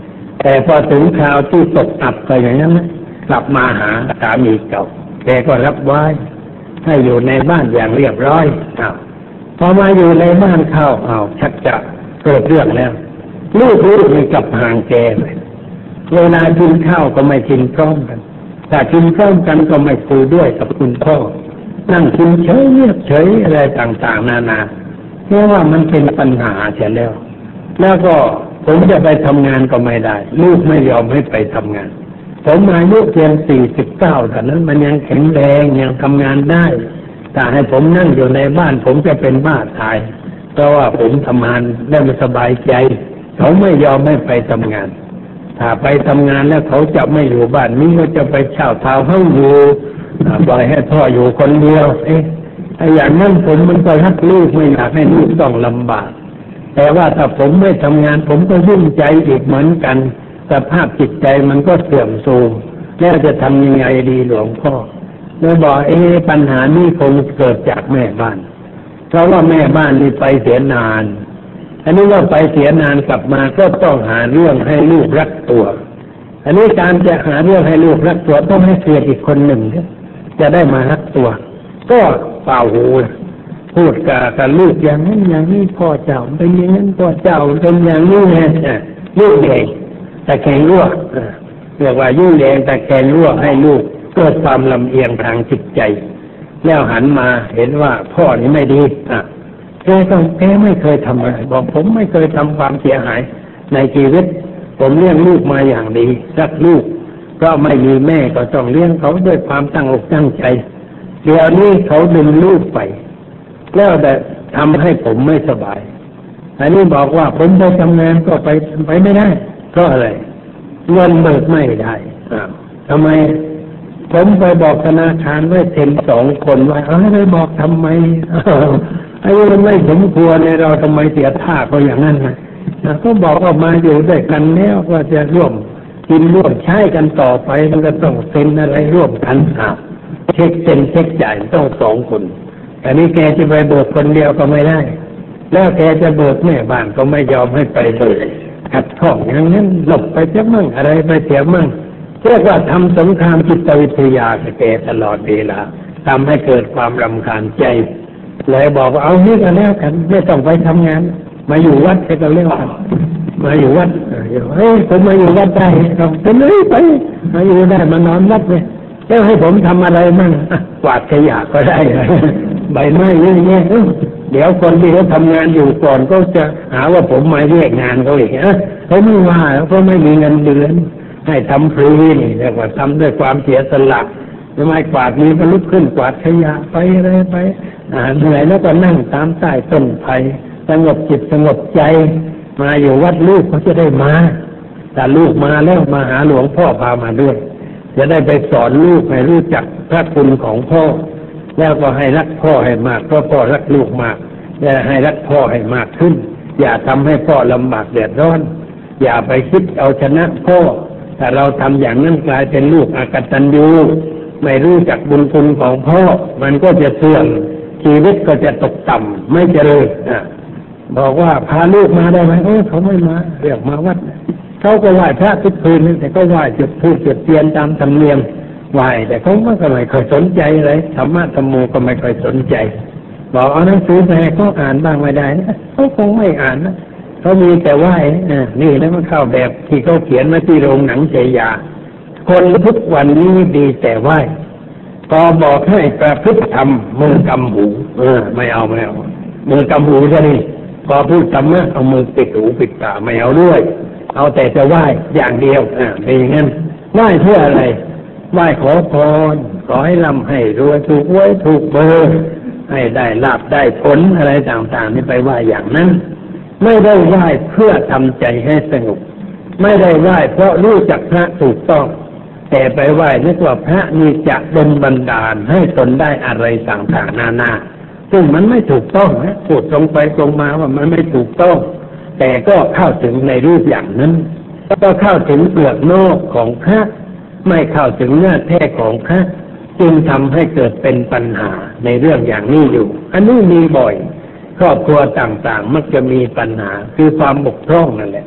แต่พอถึงคราวที่ตกอับก็อย่างนั้นนะกลับมาหาสามีเก่าแกก็รับไว้ให้อยู่ในบ้านอย่างเรียบร้อยพอมาอยู่ในบ้านเข้าชักจะเกิดเรื่องแล้วลูกนี่กลับห่างแกเลยเวลากินข้าวก็ไม่กินพร้อมกันถ้ากินพร้อมกันก็ไม่คุยด้วยกับคุณพ่อนั่งกินเฉยเงียบเฉยอะไรต่างๆนานาเพราะว่ามันเป็นปัญหาเสียแล้วก็ผมจะไปทำงานก็ไม่ได้ลูกไม่ยอมให้ไปทำงานผมอายุเพียง49แต่นั้นมันยังแข็งแรงยังทำงานได้แต่ให้ผมนั่งอยู่ในบ้านผมจะเป็นบ้าตายเพราะว่าผมทำงานได้ไม่สบายใจเขาไม่ยอมให้ไปทำงานถ้าไปทำงานแล้วเขาจะไม่อยู่บ้านนี้ก็จะไปเช่าทาวน์เฮ้าส์อยู่ปล่อยให้พ่ออยู่คนเดียวอย่างนั้นผมมันก็รักลูกไม่อยากให้ลูกต้องลำบากแต่ว่าถ้าผมไม่ทำงานผมก็ยุ่งใจอีกเหมือนกันสภาพจิตใจมันก็เสื่อมโทรมแล้วจะทำยังไงดีหลวงพ่อเลยบอกปัญหานี้คงเกิดจากแม่บ้านเพราะว่าแม่บ้านนี่ไปเสียนานอันนี้ว่าไปเสียนานกลับมาก็ต้องหาเรื่องให้ลูกรักตัวอันนี้การจะหาเรื่องให้ลูกรักตัวต้องให้เสียอีกคนหนึ่งจะได้มารักตัวก็เป่าหูพูดกับลูกอย่างนั้นอย่างนี้พ่อเจ้าเป็นอย่างนั้นพ่อเจ้าเป็นอย่างนี้ไงลูกเองแต่แข็งรั่วเรียกว่ายุ่งแรงแต่แข็งรั่วให้ลูกเกิดความลำเอียงทางจิตใจแล้วหันมาเห็นว่าพ่อนี่ไม่ดีแกไม่เคยทำอะไรบอกผมไม่เคยทำความเสียหายในชีวิตผมเลี้ยงลูกมาอย่างดีรักลูกก็ไม่มีแม่ก็ต้องเลี้ยงเขาด้วยความตั้งอกตั้งใจเดี๋ยวนี้เขาดึงลูกไปแล้วแต่ทำให้ผมไม่สบายอันนี้บอกว่าผมไปทำงานก็ไปไม่ได้เพราะอะไรเงินเบิกไม่ได้ทำไมผมไปบอกธนาคารไว้เซ็น2 คนไว้ไปบอกทำไมมันไม่สมควรเลยเราทำไมเสียท่าก็อย่างนั้นนะก็บอกว่ามาอยู่ด้วยกันแล้วว่าจะร่วมกินร่วมใช้กันต่อไปมันก็ต้องเซ็นอะไรร่วมกันเช็คเซ็นเช็คจ่ายต้อง2 คนแต่นี่แกจะไปเบิกคนเดียวก็ไม่ได้แล้วแกจะเบิกแม่บ้านก็ไม่ยอมให้ไปเบิกขัดข้องอย่างนั้นหลบไปเสียมั่งอะไรไปเสียมั่งเรียกว่าทำสงครามจิตวิทยาแกตลอดเวลาทำให้เกิดความรำคาญใจเลยบอกว่าเอานี่กันแล้วกันไม่ต้องไปทำงานมาอยู่วัดแค่ก็เรียกว่ามาอยู่วัดผมมาอยู่วัดได้เราเป็นเลยไปมาอยู่ได้มานอนวัดเลยแล้วให้ผมทำอะไรมั่งกวาดขยะก็ได้ใบไม้เยอะแยะเดี๋ยวคนที่เขาทำงานอยู่ก่อนก็จะหาว่าผมมาเรียกงานเขาอีกเขาไม่ว่าเพราะไม่มีเงินเดือนให้ทำฟรีนี่เรียกว่าทำด้วยความเสียสละไม่ไม่กวาดนี้ก็ลุกขึ้นกวาดขยะไปอะไรไปเหนื่อยแล้วก็นั่งตามใต้ต้นไผ่สงบจิตสงบใจมาอยู่วัดลูกเขาจะได้มาแต่ลูกมาแล้วมาหาหลวงพ่อพามาด้วยจะได้ไปสอนลูกให้รู้จักพระคุณของพ่อแล้วก็ให้รักพ่อให้มากเพราะพ่อรักลูกมากและให้รักพ่อให้มากขึ้นอย่าทำให้พ่อลำบากเดือดร้อนอย่าไปคิดเอาชนะพ่อถ้าเราทำอย่างนั้นกลายเป็นลูกอกตัญญูไม่รู้จักบุญคุณของพ่อมันก็จะเสื่อมชีวิตก็จะตกต่ำไม่เจริญบอกว่าพาลูกมาได้ไหมเขาไม่มาเรียกมาวัดเขาก็ไหว้พระทุกคืนแต่ก็ไหว้จุดธูปจุดเทียนตามธรรมเนียมไหว้แต่เขาก็ไม่ค่อยสนใจเลยธรรมะธรรมโมก็ไม่ค่อยสนใจบอกเอาหนังสือไปให้เขาอ่านบ้างไม่ได้นะเขาคงไม่อ่านนะเขามีแต่ไหว้นี่แล้วมันเข้าแบบที่เขาเขียนมาที่โรงหนังเจยาคนทุกวันนี้ดีแต่ไหว้พอบอกให้ประพฤติธรรมมือกำหูไม่เอามือกำหูซะนี่พอพูดธรรมะเอามือปิดหูปิดตาไม่เอาด้วยเอาแต่จะไหว้อย่างเดียวเป็นอย่างนั้นไหว้เพื่ออะไรไหว้ขอพรขอให้ร่ำให้รวยถูกหวยถูกเบอร์ให้ได้ลาภได้ผลอะไรต่างๆนี่ไปไหว้อย่างนั้นไม่ได้ไหว้เพื่อทำใจให้สงบไม่ได้ไหว้เพราะรู้จักพระถูกต้องแต่ไปไหว้นึกว่าพระนี่จะดลบันดาลให้ตนได้อะไรต่างๆนานาซึ่งมันไม่ถูกต้องนะพูดตรงไปตรงมาว่ามันไม่ถูกต้องแต่ก็เข้าถึงในรูปอย่างนั้นก็เข้าถึงเปลือกนอกของพระไม่เข้าถึงเนื้อแท้ของพระจึงทำให้เกิดเป็นปัญหาในเรื่องอย่างนี้อยู่อันนี้มีบ่อยครอบครัวต่างๆมักจะมีปัญหาคือความบกพร่องนั่นแหละ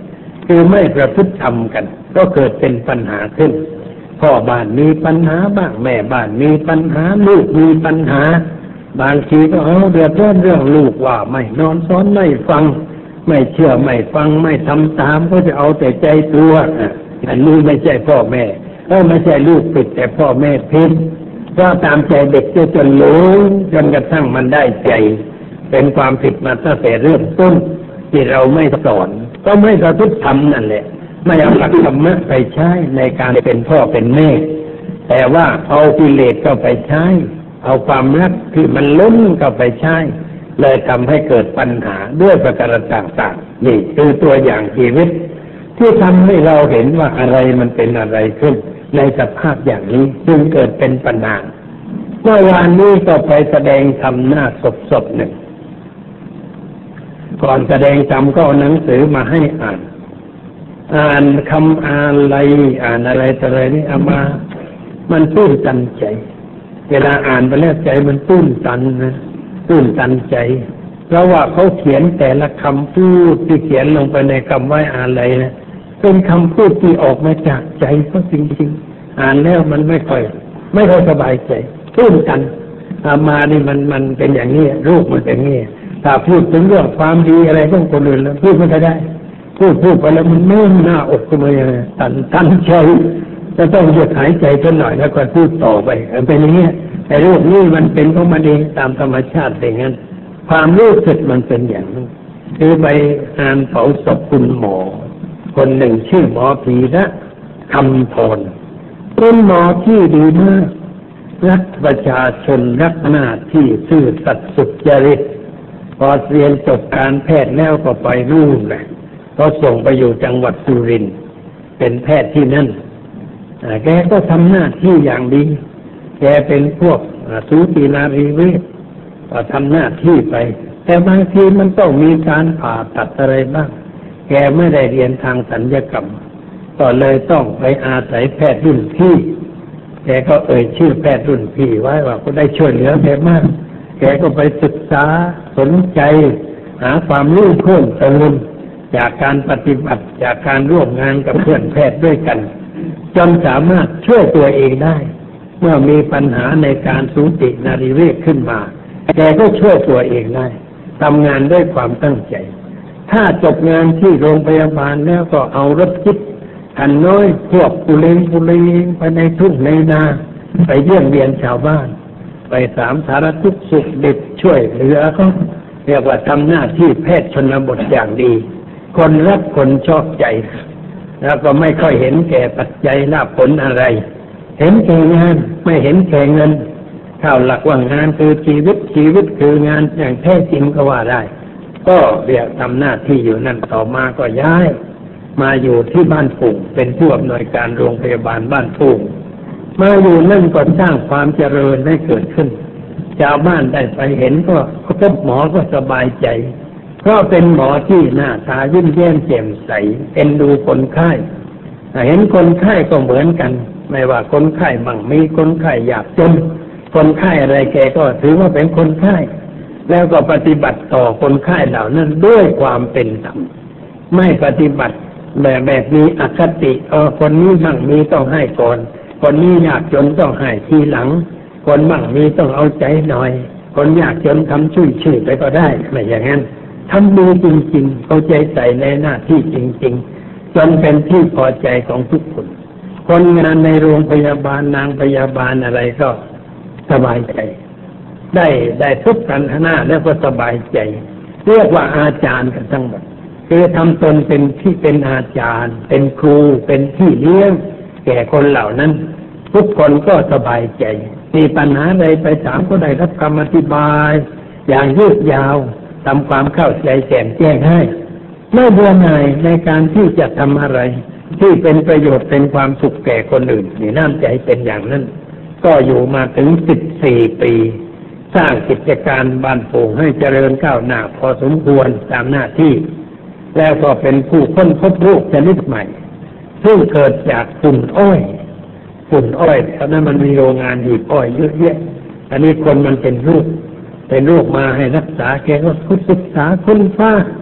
คือไม่ประพฤติธรรมกันก็เกิดเป็นปัญหาขึ้นพ่อบ้านมีปัญหาบ้างแม่บ้านมีปัญหาลูกมีปัญหาบางทีก็เดือดร้อนเรื่องลูกว่าไม่นอนสอนไม่ฟังไม่เชื่อไม่ฟังไม่ทำตามก็จะเอาแต่ใจตัวอันนี้ไม่ใช่พ่อแม่ไม่ใช่ลูกผิดแต่พ่อแม่ผิดก็ตามใจเด็กจนหลงจนกระทั่งมันได้ใจเป็นความผิดมาตั้งแต่เริ่มต้นที่เราไม่สอนก็ไม่ประพฤติธรรมนั่นแหละไม่เอาหลักธรรมะไปใช้ในการเป็นพ่อเป็นแม่แต่ว่าเอากิเลสเข้าไปใช้เอาความรักที่มันล้นเข้าไปใช้เลยทำให้เกิดปัญหาด้วยประการต่างๆนี่คือตัวอย่างชีวิตที่ทำให้เราเห็นว่าอะไรมันเป็นอะไรขึ้นในสภาพอย่างนี้จึงเกิดเป็นปัญหาเมื่อวานนี้ก็ไปแสดงธรรมหน้าศพหนึ่งก่อนแสดงธรรมก็เอาหนังสือมาให้อ่านคำอะไรอะไรต่ออะไรนี่เอามามันตื้นตันใจเวลาอ่านไปแล้วใจมันตื้นตันนะตื้นตันใจเพราะว่าเขาเขียนแต่ละคำพูดที่เขียนลงไปในคำไว้อะไรนะเป็นคำพูดที่ออกมาจากใจเขาจริงๆอ่านแล้วมันไม่ค่อยสบายใจตื้นตันมานี่มันเป็นอย่างนี้รูปมันเป็นอย่างนี้ถ้าพูดถึงเรื่องความดีอะไรของคนอื่นแล้วพูดไม่ได้พูดไปแล้วมันนุ่มหน้าอกขึ้นมาอย่างนี้ตันใจจะต้องหยุดหายใจสักหน่อยแล้วก็พูดต่อไปเป็นอย่างนี้ไอ้รูปนี้มันเป็นของมันเองตามธรรมชาติอย่างนั้นความรู้สึกมันเป็นอย่างนั้นคือไปอ่านเผาศพคุณหมอคนหนึ่งชื่อหมอพีระคำพรเป็นหมอที่ดีมากรักประชาชนรักหน้าที่ซื่อสัตย์สุจริตพอเรียนจบการแพทย์แล้วก็ไปนู่นแหละก็ส่งไปอยู่จังหวัดสุรินทร์เป็นแพทย์ที่นั่นแกก็ทำหน้าที่อย่างดีแกเป็นพวกสูตินารีเวชก็ทำหน้าที่ไปแต่บางทีมันต้องมีการผ่าตัดอะไรบ้างแกไม่ได้เรียนทางศัลยกรรมก็เลยต้องไปอาศัยแพทย์รุ่นพี่แกก็ชื่อแพทย์รุ่นพี่ไว้ว่าก็ได้ช่วยเหลือแกมากแกก็ไปศึกษาสนใจหาความรู้เพิ่มเติมจากการปฏิบัติจากการร่วมงานกับเพื่อนแพทย์ด้วยกันจนสามารถช่วยตัวเองได้เมื่อมีปัญหาในการสูตินารีเวชขึ้นมาแกก็ช่วยตัวเองได้ทำงานด้วยความตั้งใจถ้าจบงานที่โรงพยาบาลแล้วก็เอารถจิ๊บคันน้อยพวกปุเรงไปในทุ่งในนาไปเยี่ยมเยียนชาวบ้านไปสารทุกข์สุขดิบช่วยเหลือเขาเรียกว่าทำหน้าที่แพทย์ชนบทอย่างดีคนรักคนชอบใจแล้วก็ไม่ค่อยเห็นแก่ปัจจัยลาภผลอะไรเห็นแก่งานไม่เห็นแก่เงินเข้าหลักว่างานคือชีวิตคืองานอย่างแท้จริงก็ว่าได้ก็เรียกทำหน้าที่อยู่นั่นต่อมาก็ย้ายมาอยู่ที่บ้านปุ่งเป็นผู้อำนวยการโรงพยาบาลบ้านปุ่งมาอยู่นั่นก็สร้างความเจริญให้เกิดขึ้นชาวบ้านได้ไปเห็นก็พบหมอก็สบายใจเพราะเป็นหมอที่หน้าตายิ้มแย้มแจ่มใสเอ็นดูคนไข้เห็นคนไข้ก็เหมือนกันไม่ว่าคนไข้มั่งมีคนไข้ยากจนคนไข้อะไรแกก็ถือว่าเป็นคนไข้แล้วก็ปฏิบัติต่อคนไข้เหล่านั้นด้วยความเป็นธรรมไม่ปฏิบัติแบบมีอคติคนนี้มั่งมีต้องให้ก่อนคนนี้ยากจนต้องให้ทีหลังคนมั่งมีต้องเอาใจหน่อยคนยากจนทำช่วยไปก็ได้ไม่อย่างนั้นทำดีจริงๆเอาใจใส่ในหน้าที่จริงๆจนเป็นที่พอใจของทุกคนคนงานในโรงพยาบาลนางพยาบาลอะไรก็สบายใจได้ทุกกันหน้าแล้วก็สบายใจเรียกว่าอาจารย์กันทั้งหมดคือทำตนเป็นที่เป็นอาจารย์เป็นครูเป็นที่เลี้ยงแก่คนเหล่านั้นทุกคนก็สบายใจมีปัญหาใดไปถามก็ได้รับคำอธิบายอย่างยืดยาวทำความเข้าใจแจ่มแจ้งให้ไม่เบื่อหน่ายในการที่จะทำอะไรที่เป็นประโยชน์เป็นความสุขแก่คนอื่นนี่น้ำใจเป็นอย่างนั้นก็อยู่มาถึง14 ปีสร้างกิจการบ้านโป่งให้เจริญก้าวหน้าพอสมควรตามหน้าที่แล้วก็เป็นผู้ค้นพบโรคชนิดใหม่ซึ่งเกิดจากฝุ่นอ้อยเพราะนั้นมันมีโรงงานหีบอ้อยเยอะแยะอันนี้คนมันเป็นโรคมาให้รักษาแกก็ศึกษาค้นคว้าจ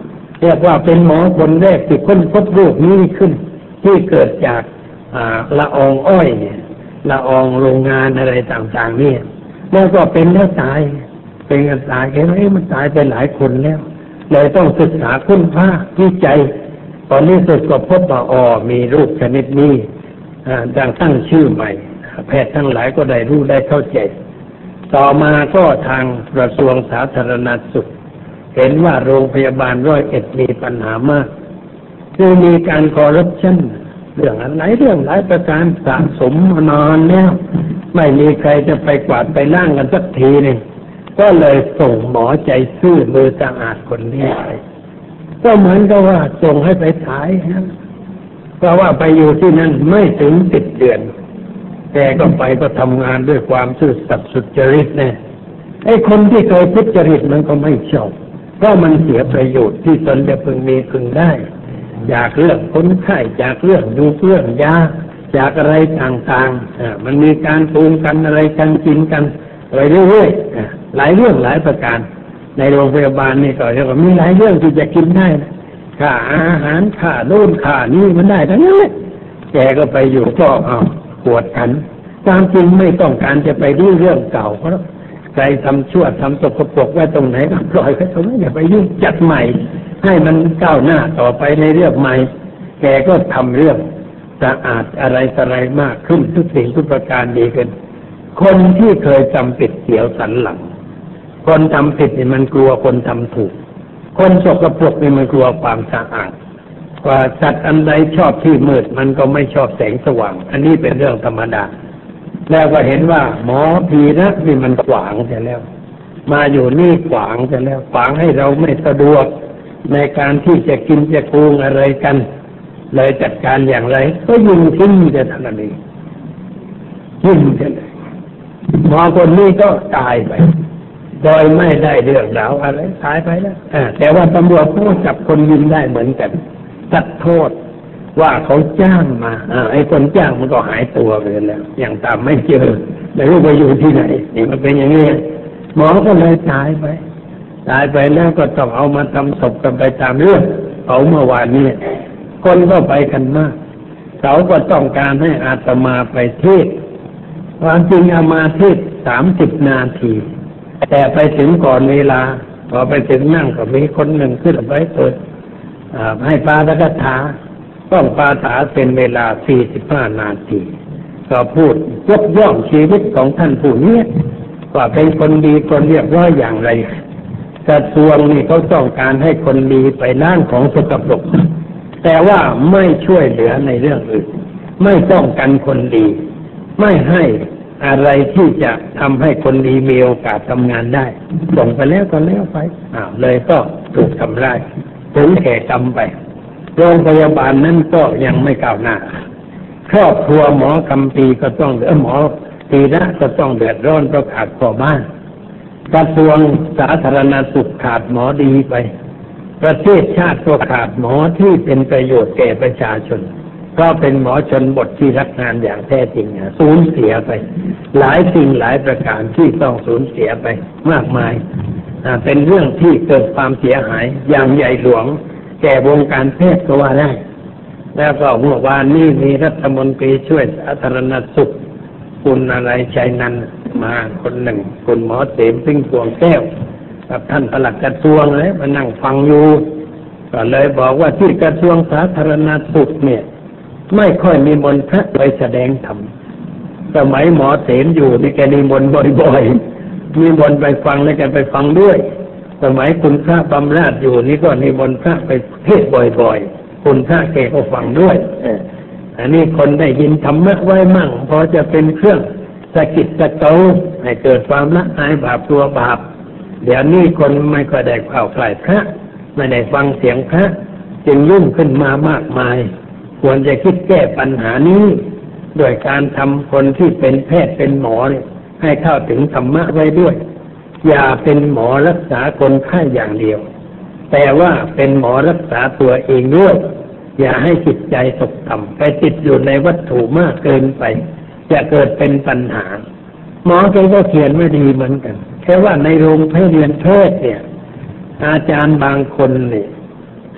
รียกว่าเป็นหมอคนแรกที่ค้นพบโรคนี้ขึ้นที่เกิดจากละอองอ้อยเนี่ยละอองโรงงานอะไรต่างๆเนี่ยแล้วก็เป็นแล้วตายเป็นกันตายเห็นไหมมันตายไปหลายคนแล้วเลยต้องศึกษาค้นคว้าวิจัยตอนนี้สุดก็พบว่ามีโรคชนิดนี้ดังตั้งชื่อใหม่แพทย์ทั้งหลายก็ได้รู้ได้เข้าใจต่อมาก็ทางกระทรวงสาธารณสุขเห็นว่าโรงพยาบาล101มีปัญหามากคือมีการคอร์รัปชันเรื่องอะไรเรื่องหลายประการสะสมมานานแล้วไม่มีใครจะไปกวาดไปล้างกันสักทีนึงก็เลยส่งหมอใจซื่อมือสะอาดคนนี้ไปก็เหมือนกับว่าส่งให้ไปฉายนะเพราะว่าไปอยู่ที่นั่นไม่ถึง10 เดือนแกก็ไปก็ทำงานด้วยความซื่อสัตย์สุจริตเนี่ยไอ้คนที่เคยทุจริตมันก็ไม่ชอบเพราะมันเสียประโยชน์ที่ตนจะพึงมีพึงได้จากเรื่องคนไข้จากเรื่องดูเรื่องยาจากอะไรต่างๆมันมีการปรุงกันอะไรกันกินกันไปเรื่อยๆหลายเรื่องหลายประการในโรงพยาบาลนี่ก็เรียกว่ามีหลายเรื่องที่จะกินได้นะค่าอาหารค่าโน่นค่านี่มันได้ทั้งนั้นแหละแกก็ไปอยู่ก็ปวดกันตามจริงไม่ต้องการจะไปดูเรื่องเก่าเพราะใครทำชั่วทำสกปรกไว้ตรงไหนก็ปล่อยไว้ตรงนั้นอย่าไปยุ่งจัดใหม่ให้มันก้าวหน้าต่อไปในเรื่องใหม่แกก็ทำเรื่องสะอาดอะไรมากขึ้นทุกสิ่งทุกประการดีขึ้นคนที่เคยจำผิดเสียวสันหลังคนทำผิดนี่มันกลัวคนทำถูกคนสกปรกนี่มันกลัวความสะอาดกว่าสัตว์อันใดชอบที่มืดมันก็ไม่ชอบแสงสว่างอันนี้เป็นเรื่องธรรมดาแล้วก็เห็นว่าหมอพีระนี่มันขวางเสียแล้วมาอยู่นี่ขวางเสียแล้วขวางให้เราไม่สะดวกในการที่จะกินจะโกงอะไรกันเลยจัดการอย่างไรก็ยิงทิ้งจะเท่านั้นเองยิงจะเลยหมอคนนี้ก็ตายไปโดยไม่ได้เรื่องราวอะไรตายไปแล้วแต่ว่าตำรวจก็จับคนยิงได้เหมือนกันตัดโทษว่าเขาจ้างมาไอ้คนจ้างมันก็หายตัวไปแล้วอย่างตามไม่เจอไม่รู้ไปอยู่ที่ไหนนี่มันเป็นอย่างนี้หมอก็เลยตายไปแล้วก็ต้องเอามาทำศพกันไปตามเรื่องเขาเมื่อวานนี้คนก็ไปกันมากเขาก็ต้องการให้อาตมาไปเทศน์ความจริงอามาเทศน์30 นาทีแต่ไปถึงก่อนเวลาพอไปถึงนั่งก็มีคนหนึ่งขึ้นไปเปิดให้ปาฐกถาต้องปาฐาเป็นเวลา45 นาทีก็พูดยกย่องชีวิตของท่านผู้นี้ว่าเป็นคนดีคนเรียบร้อยอย่างไรกระทรวงนี่เขาต้องการให้คนดีไปล้างของสกปรกแต่ว่าไม่ช่วยเหลือในเรื่องอื่นไม่ต้องกันคนดีไม่ให้อะไรที่จะทำให้คนดีมีโอกาสทำงานได้ส่งไปแล้วก็แล้วไปเลยก็ถูกทำร้ายถึงแก่กรรมไปโรงพยาบาลนั้นก็ยังไม่ก้าวหน้าครอบครัวหมอคำปีก็ต้องหมอตีระก็ต้องเดือดร้อนเพราะขาดพ่อบ้านกระทรวงสาธารณสุขขาดหมอดีไปประเทศชาติก็ขาดหมอที่เป็นประโยชน์แก่ประชาชนก็เป็นหมอชนบทที่รักงานอย่างแท้จริงสูญเสียไปหลายสิ่งหลายประการที่ต้องสูญเสียไปมากมายเป็นเรื่องที่เกิดความเสียหายอย่างใหญ่หลวงแก่วงการแพทย์ก็ว่าได้แล้วก็เมื่อวานนี้มีรัฐมนตรีช่วยสาธารณสุขคุณอะไรชัยนันท์มาคนหนึ่งคุณหมอเสมพึ่งพวงแก้วกับท่านปลัดกระทรวงเลยมานั่งฟังอยู่ก็เลยบอกว่าที่กระทรวงสาธารณสุขเนี่ยไม่ค่อยมีมนต์พระไปแสดงธรรมสมัยหมอเสมอยู่นี่แกนิมนต์บ่อยๆมีมนต์ไปฟังแล้วแกไปฟังด้วยสมัยคุณพระบำราศอยู่นี่ก็นิมนต์พระไปเทศน์บ่อยๆคุณพระแกก็ฟังด้วยอันนี้คนได้ยินธรรมะไว้มั่งพอจะเป็นเครื่องสะกิดสะเกาให้เกิดความละอายบาปตัวบาปเดี๋ยวนี้คนไม่ค่อยได้เข้าใกล้พระไม่ได้ฟังเสียงพระจึงยุ่งขึ้นมามากมายควรจะคิดแก้ปัญหานี้โดยการทำคนที่เป็นแพทย์เป็นหมอเนี่ยให้เข้าถึงธรรมะไว้ด้วยอย่าเป็นหมอรักษาคนไข้อย่างเดียวแต่ว่าเป็นหมอรักษาตัวเองด้วยอย่าให้จิตใจตกต่ำไปติดอยู่ในวัตถุมากเกินไปจะเกิดเป็นปัญหาหมอแกก็เขียนไว้ดีเหมือนกันแค่ว่าในโรงพยาบาลแพทย์เนี่ยอาจารย์บางคนเนี่ยเค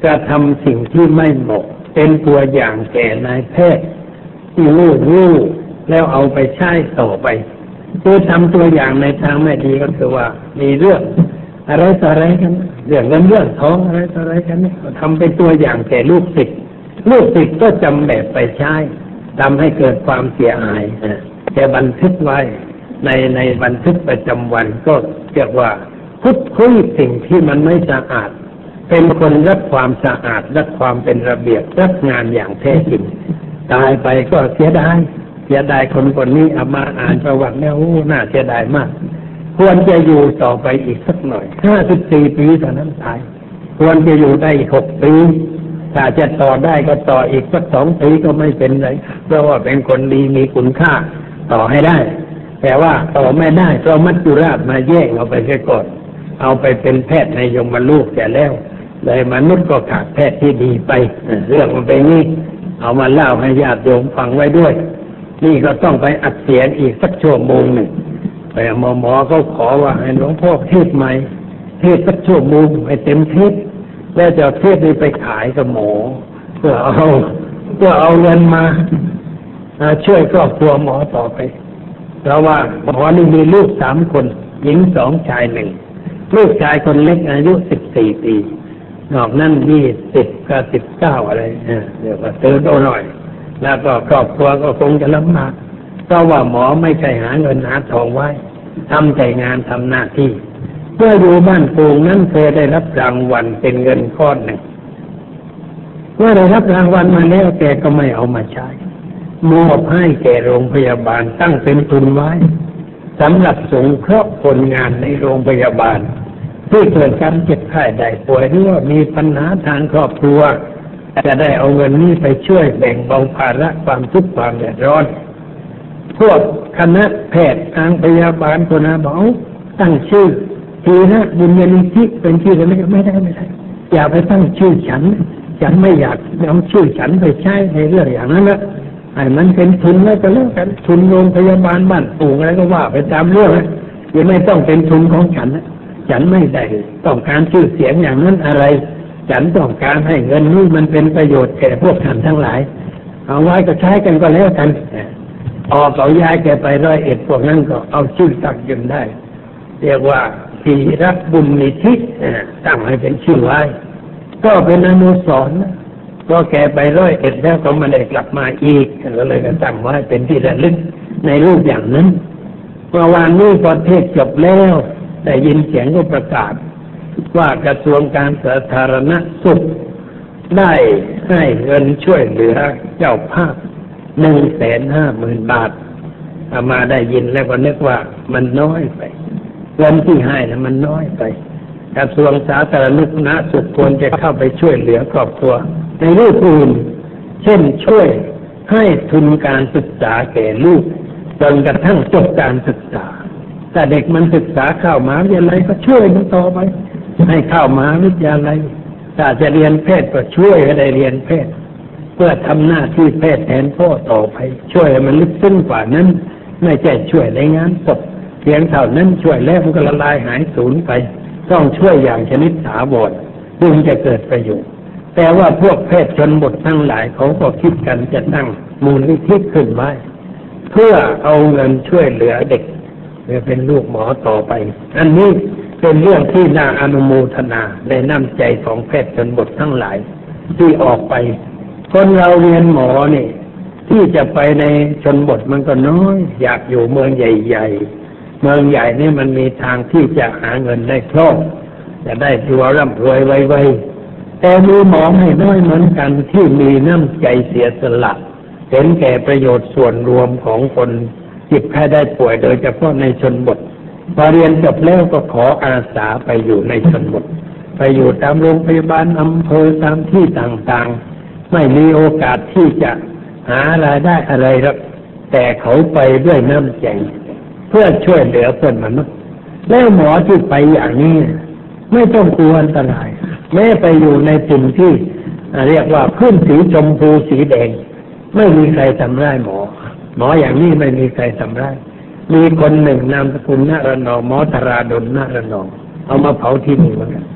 กระทำสิ่งที่ไม่เหมาะเป็นตัวอย่างแก่นายแพทย์ที่รู้แล้วเอาไปใช้ต่อไปคือทำตัวอย่างในทางไม่ดีก็คือว่ามีเรื่องอะไรต่ออะไรกันเรื่องเงินเรื่องทองอะไรต่ออะไรกันนี่ทำเป็นตัวอย่างแก่ลูกศิษย์ก็จำแบบไปใช้ทำให้เกิดความเสียหายแต่บันทึกไว้ในบันทึกประจำวันก็เรียกว่าพูดคุยสิ่งที่มันไม่สะอาดเป็นคนรักความสะอาดรักความเป็นระเบียบรักงานอย่างแท้จริงตายไปก็เสียดายคนนี้เอามาอ่านประวัติแล้วน่าเสียดายมากควรจะอยู่ต่อไปอีกสักหน่อย54 ปีเท่านั้นตายควรจะอยู่ได้อีก6 ปีถ้าจะต่อได้ก็ต่ออีกสัก2 ปีก็ไม่เป็นไรเพราะว่าเป็นคนดีมีคุณค่าต่อให้ได้แต่ว่าต่อไม่ได้เพราะมัจจุราชมาแย่งเอาไปเสียก่อนเอาไปเป็นแพทย์ในยมลูกแต่แล้วเลยมนุษย์ก็ขาดแพทย์ที่ดีไปเรื่องมันเป็นนี้เอามาเล่าให้ญาติโยมฟังไว้ด้วยนี่ก็ต้องไปอัดเสียงอีกสักชั่วโมงหนึ่งแต่หมอเขาขอว่าให้หลวงพ่อเทศใหม่เทศสักชั่วโมงให้เต็มเทศแล้วจะเทศนี้ไปขายกับหมอเพื่อเอาเงินมาช่วยครอบครัวหมอต่อไปเพราะว่าหมอนี่มีลูก3 คนหญิง2 ชาย 1ลูกชายคนเล็กอายุ14 ปีนอกนั้น20กับ19อะไรเดี๋ยวก็เติมโตหน่อยแล้วก็ครอบครัวก็คงจะลำบากเพราะว่าหมอไม่ใช่หาเงินหาทองไว้ทำแต่งานทำหน้าที่เมื่ออยู่บ้านปูงนั้นเคยได้รับรางวัลเป็นเงินก้อนหนึ่งเมื่อได้รับรางวัลมาแล้วแกก็ไม่เอามาใช้มอบให้แก่โรงพยาบาลตั้งเป็นทุนไว้สำหรับสงเคราะห์คนงานในโรงพยาบาลที่เกิดการเจ็บไข้ได้ป่วยหรือว่ามีปัญหาทางครอบครัวจะได้เอาเงินนี้ไปช่วยแบ่งเบาภาระความทุกข์ความเดือดร้อนพวกคณะแพทย์ทางพยาบาลคนนั้นบอกตั้งชื่อทีนะบุญญาณิธิเป็นชื่ออะไรไม่ได้อย่าไปตั้งชื่อฉันไม่อยากเอาชื่อฉันไปใช้ในเรื่องอย่างนั้นนะไอ้มันเป็นทุนแล้วก็เรื่องกันทุนโรงพยาบาลบ้านปู่อะไรก็ว่าไปตามเรื่องนะยังไม่ต้องเป็นทุนของฉันนะฉันไม่ได้ต้องการชื่อเสียงอย่างนั้นอะไรฉันต้องการให้เงินนี้มันเป็นประโยชน์แก่พวกท่านทั้งหลายเอาไว้ก็ใช้กันก็แล้วกันเอาย้ายแกไป101พวกนั้นก็เอาชื่อตั้งยืนได้เรียกว่าทีรักบุญนิธิตั้งให้เป็นชื่อไว้ก็เป็นอนุสรณ์ก็แกไป101แล้วก็ไม่ได้กลับมาอีกก็เลยก็ตั้งไว้เป็นที่ระลึกในรูปอย่างนั้นเมื่อวานนี้พอเทศจบแล้วได้ยินเสียงก็ประกาศว่ากระทรวงการสาธารณสุขได้ให้เงินช่วยเหลือเจ้าภาพ150,000 บาทอามาได้ยินแล้วก็นึกว่ามันน้อยไปเงินที่ให้นะมันน้อยไปกระทรวงสาธารณสุขควรจะเข้าไปช่วยเหลือครอบครัวในรูปอื่นเช่นช่วยให้ทุนการศึกษาแก่ลูกจนกระทั่งจบการศึกษาถ้าเด็กมันศึกษาเข้ามหาวิทยาลัยก็ช่วยมันต่อไปให้เข้ามหาวิทยาลัยถ้าจะเรียนแพทย์ก็ช่วยให้ได้เรียนแพทย์เพื่อทำหน้าที่แพทย์แทนพ่อต่อไปช่วยให้มันลึกซึ้งกว่านั้นไม่ใช่ช่วยในงานศพเพียงเท่านั้นช่วยแล้วมันก็ละลายหายสูญไปต้องช่วยอย่างชนิดถาวรจึงจะเกิดประโยชน์แต่ว่าพวกแพทย์ชนบททั้งหลายเขาก็คิดกันจะตั้งมูลนิธิขึ้นไว้เพื่อเอาเงินช่วยเหลือเด็กเพื่อเป็นลูกหมอต่อไปอันนี้เป็นเรื่องที่น่าอนุโมทนาในน้ำใจของแพทย์ชนบททั้งหลายที่ออกไปคนเราเรียนหมอนี่ที่จะไปในชนบทมันก็น้อยอยากอยู่เมืองใหญ่ๆเมืองใหญ่นี่มันมีทางที่จะหาเงินได้คล่องจะได้ตัวร่ำรวยไวๆแต่มีหมอไม่น้อยเหมือนกันที่มีน้ำใจเสียสละเห็นแก่ประโยชน์ส่วนรวมของคนเจ็บไข้ได้ป่วยโดยเฉพาะในชนบทพอเรียนจบแล้วก็ขออาสาไปอยู่ในชนบทไปอยู่ตามโรงพยาบาลอำเภอตามที่ต่างๆไม่มีโอกาสที่จะหารายได้อะไรหรอกแต่เขาไปด้วยน้ำใจเพื่อช่วยเหลือเพื่อนมนุษย์แล้วหมอที่ไปอย่างนี้ไม่ต้องกลัวอันตรายแม้ไปอยู่ในถิ่นที่เรียกว่าพื้นสีชมพูสีแดงไม่มีใครทำร้ายหมออย่างนี้ไม่มีใครทำร้ายมีคนหนึ่งนามสกุลนรนองหมอธราดลนรนองเอามาเผาที่นี่เหมือนกัน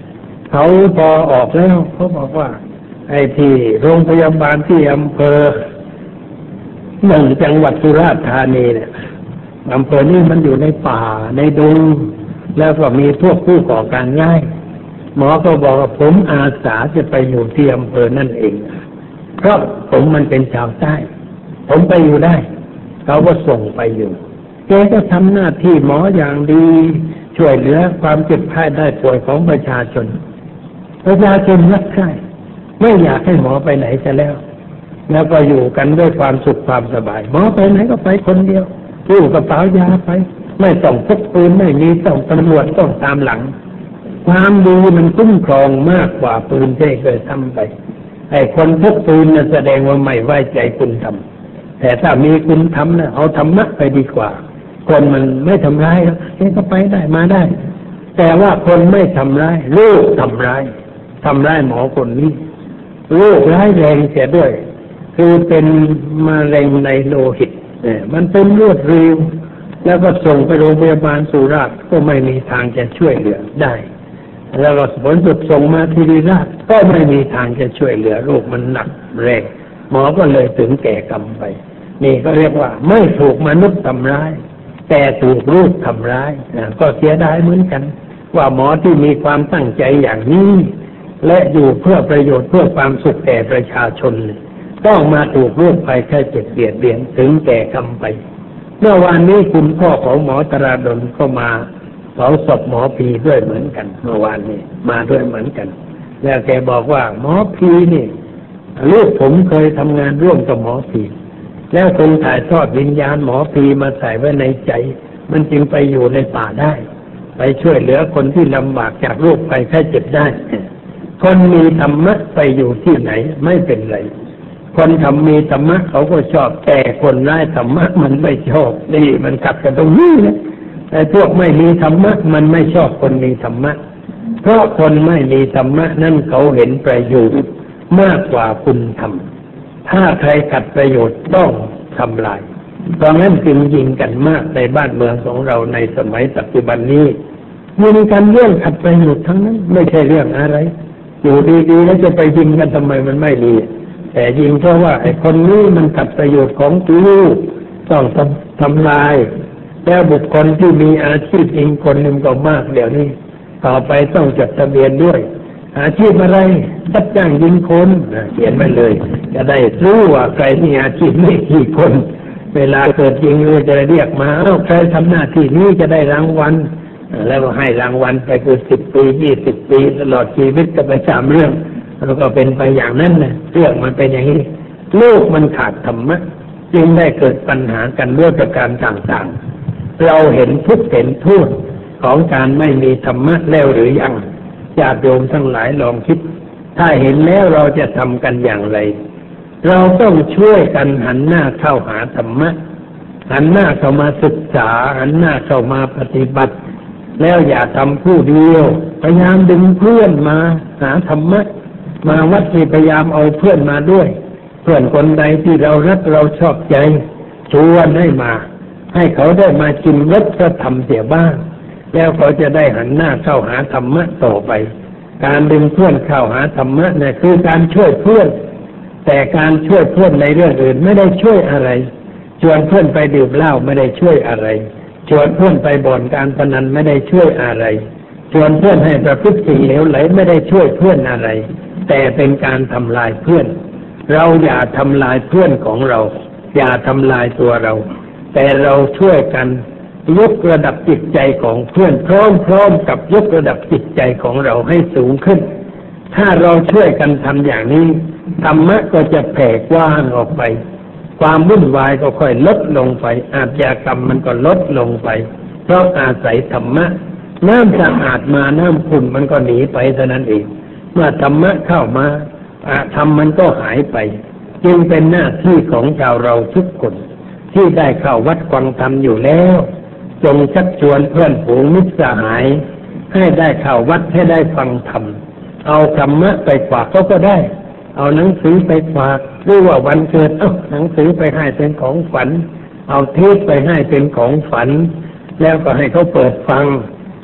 เขาพอออกแล้วเขาบอกว่าไอ้ที่โรงพยาบาลที่อำเภอหนึ่งจังหวัดสุราษฎร์ธานีเนี่ยอำเภอนี้มันอยู่ในป่าในดงแล้วก็มีพวกผู้ก่อการร้ายหมอก็บอกว่าผมอาสาจะไปอยู่ที่อำเภอนั่นเองเพราะผมมันเป็นชาวใต้ผมไปอยู่ได้เขาก็ส่งไปอยู่แกก็ทำหน้าที่หมออย่างดีช่วยเหลือความเจ็บไข้ได้ป่วยของประชาชนรักใคร่ไม่อยากให้หมอไปไหนจะแล้วก็อยู่กันด้วยความสุขความสบายหมอไปไหนก็ไปคนเดียวอยู่กระเป๋ายาไปไม่ต้องพกปืนไม่มีต้องตำรวจต้องตามหลังความดีมันคุ้มครองมากกว่าปืนที่เคยทำไปไอ้คนพกปืนน่ะแสดงว่าไม่ไว้ใจคุณทำแต่ถ้ามีคุณทำน่ะเอาธรรมะไปดีกว่าคนมันไม่ทำร้ายก็ไปได้มาได้แต่ว่าคนไม่ทำร้ายลูกทำร้ายหมอคนนี้ลูกร้ายแรงเสียด้วยคือเป็นมะเร็งในโลหิตมันเป็นรวดเร็วแล้วก็ส่งไปโรงพยาบาลสุราษฎร์ก็ไม่มีทางจะช่วยเหลือได้แล้วก็ผลสุดส่งมาที่ราชก็ไม่มีทางจะช่วยเหลือโรคมันหนักแรงหมอก็เลยถึงแก่กรรมไปนี่ก็เรียกว่าไม่ถูกมนุษย์ทำร้ายแต่ถูกลูกทำร้ายก็เสียดายเหมือนกันว่าหมอที่มีความตั้งใจอย่างนี้และอยู่เพื่อประโยชน์เพื่อความสุขแก่ประชาชนต้องมาถูกโรคภัยไข้เจ็บเบียดเบียนถึงแก่กรรมไปเมื่อวานนี้คุณพ่อของหมอตราดลก็มาเผาศพหมอพีด้วยเหมือนกันเมื่อวานนี้มาด้วยเหมือนกันแล้วแกบอกว่าหมอพีนี่ลูกผมเคยทำงานร่วมกับหมอพีแล้วคงถ่ายทอดวิญญาณหมอพีมาใส่ไว้ในใจมันจึงไปอยู่ในป่าได้ไปช่วยเหลือคนที่ลำบากจากโรคภัยไข้เจ็บได้คนมีธรรมะไปอยู่ที่ไหนไม่เป็นไรคนมีธรรมะเขาก็ชอบแต่คนไร้ธรรมะมันไม่ชอบนี่มันขัดกันตรงนี้นะแต่พวกไม่มีธรรมะมันไม่ชอบคนมีธรรมะเพราะคนไม่มีธรรมะนั่นเขาเห็นประโยชน์มากกว่าคุณธรรมถ้าใครขัดประโยชน์ต้องทำลายเพราะงั้นจึงยิงกันมากในบ้านเมืองของเราในสมัยปัจจุบันนี้ยิงกันเรื่องขัดประโยชน์ทั้งนั้นไม่ใช่เรื่องอะไรอยู่ดีๆแล้วจะไปยิงกันทำไมมันไม่ดีแต่ยิงเพราะว่าไอ้คนนี้มันขัดประโยชน์ของกูต้องทำลายแล้วบุคคลที่มีอาชีพยิงคนหนึ่งก็มากเดี๋ยวนี้ต่อไปต้องจดทะเบียนด้วยอาชีพอะไรรับจ้างยิงคนเขียนไว้เลยจะได้รู้ว่าใครมีอาชีพไม่กี่คนเวลาเกิดยิงเราจะเรียกมาใครทำหน้าที่นี้จะได้รางวัลแล้วก็ให้รางวัลไปคือ10 ปี20 ปีตลอดชีวิตก็ไปตามเรื่องแล้วก็เป็นไปอย่างนั้นนะเรื่องมันเป็นอย่างนี้โลกมันขาดธรรมะจึงได้เกิดปัญหากันด้วยประการต่างๆเราเห็นทุกข์เห็นโทษของการไม่มีธรรมะแล้วหรือยังญาติโยมทั้งหลายลองคิดถ้าเห็นแล้วเราจะทำกันอย่างไรเราต้องช่วยกันหันหน้าเข้าหาธรรมะหันหน้าเข้ามาศึกษาหันหน้าเข้ามาปฏิบัติแล้วอย่าทำผู้เดียวพยายามดึงเพื่อนมาหาธรรมะมาวัดที่พยายามเอาเพื่อนมาด้วยเพื่อนคนใดที่เรารักเราชอบใจชวนให้มาให้เขาได้มากินรสพระธรรมเสียบ้างแล้วเขาจะได้หันหน้าเข้าหาธรรมะต่อไปการดึงเพื่อนเข้าหาธรรมะเนี่ยคือการช่วยเพื่อนแต่การช่วยเพื่อนในเรื่องอื่นไม่ได้ช่วยอะไรชวนเพื่อนไปดื่มเหล้าไม่ได้ช่วยอะไรชวนเพื่อนไปบ่อนการพนันไม่ได้ช่วยอะไรชวนเพื่อนให้ประพฤติสิ่งเหลวไหลไม่ได้ช่วยเพื่อนอะไรแต่เป็นการทำลายเพื่อนเราอย่าทำลายเพื่อนของเราอย่าทำลายตัวเราแต่เราช่วยกันยกระดับจิตใจของเพื่อนพร้อมๆกับยกระดับจิตใจของเราให้สูงขึ้นถ้าเราช่วยกันทำอย่างนี้ธรรมะก็จะแผ่กว้างออกไปความวุ่นวายก็ค่อยลดลงไปอาชญากรรมมันก็ลดลงไปเพราะอาศัยธรรมะน้ำสะอาดมาน้ำขุ่นมันก็หนีไปเท่านั้นเองเมื่อธรรมะเข้ามาธรรมมันก็หายไปจึงเป็นหน้าที่ของชาวเราทุกคนที่ได้เข้าวัดฟังธรรมอยู่แล้วจงชักชวนเพื่อนฝูงมิตรสหายให้ได้เข้าวัดให้ได้ฟังธรรมเอาธรรมะไปฝากเขาก็ได้เอาหนังสือไปฝากหรือว่าวันเกิดหนังสือไปให้เป็นของฝันเอาเทปไปให้เป็นของฝันแล้วก็ให้เขาเปิดฟัง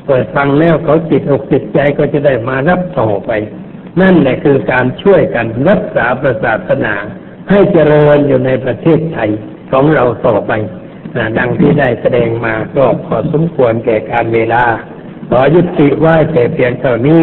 เปิดฟังแล้วเขาจิตอกจิตใจก็จะได้มารับต่อไปนั่นแหละคือการช่วยกันรักษาศาสนาให้เจริญอยู่ในประเทศไทยของเราต่อไปดังที่ได้แสดงมาก็พอสมควรแก่การเวลาขอยุติไว้แต่เพียงเท่านี้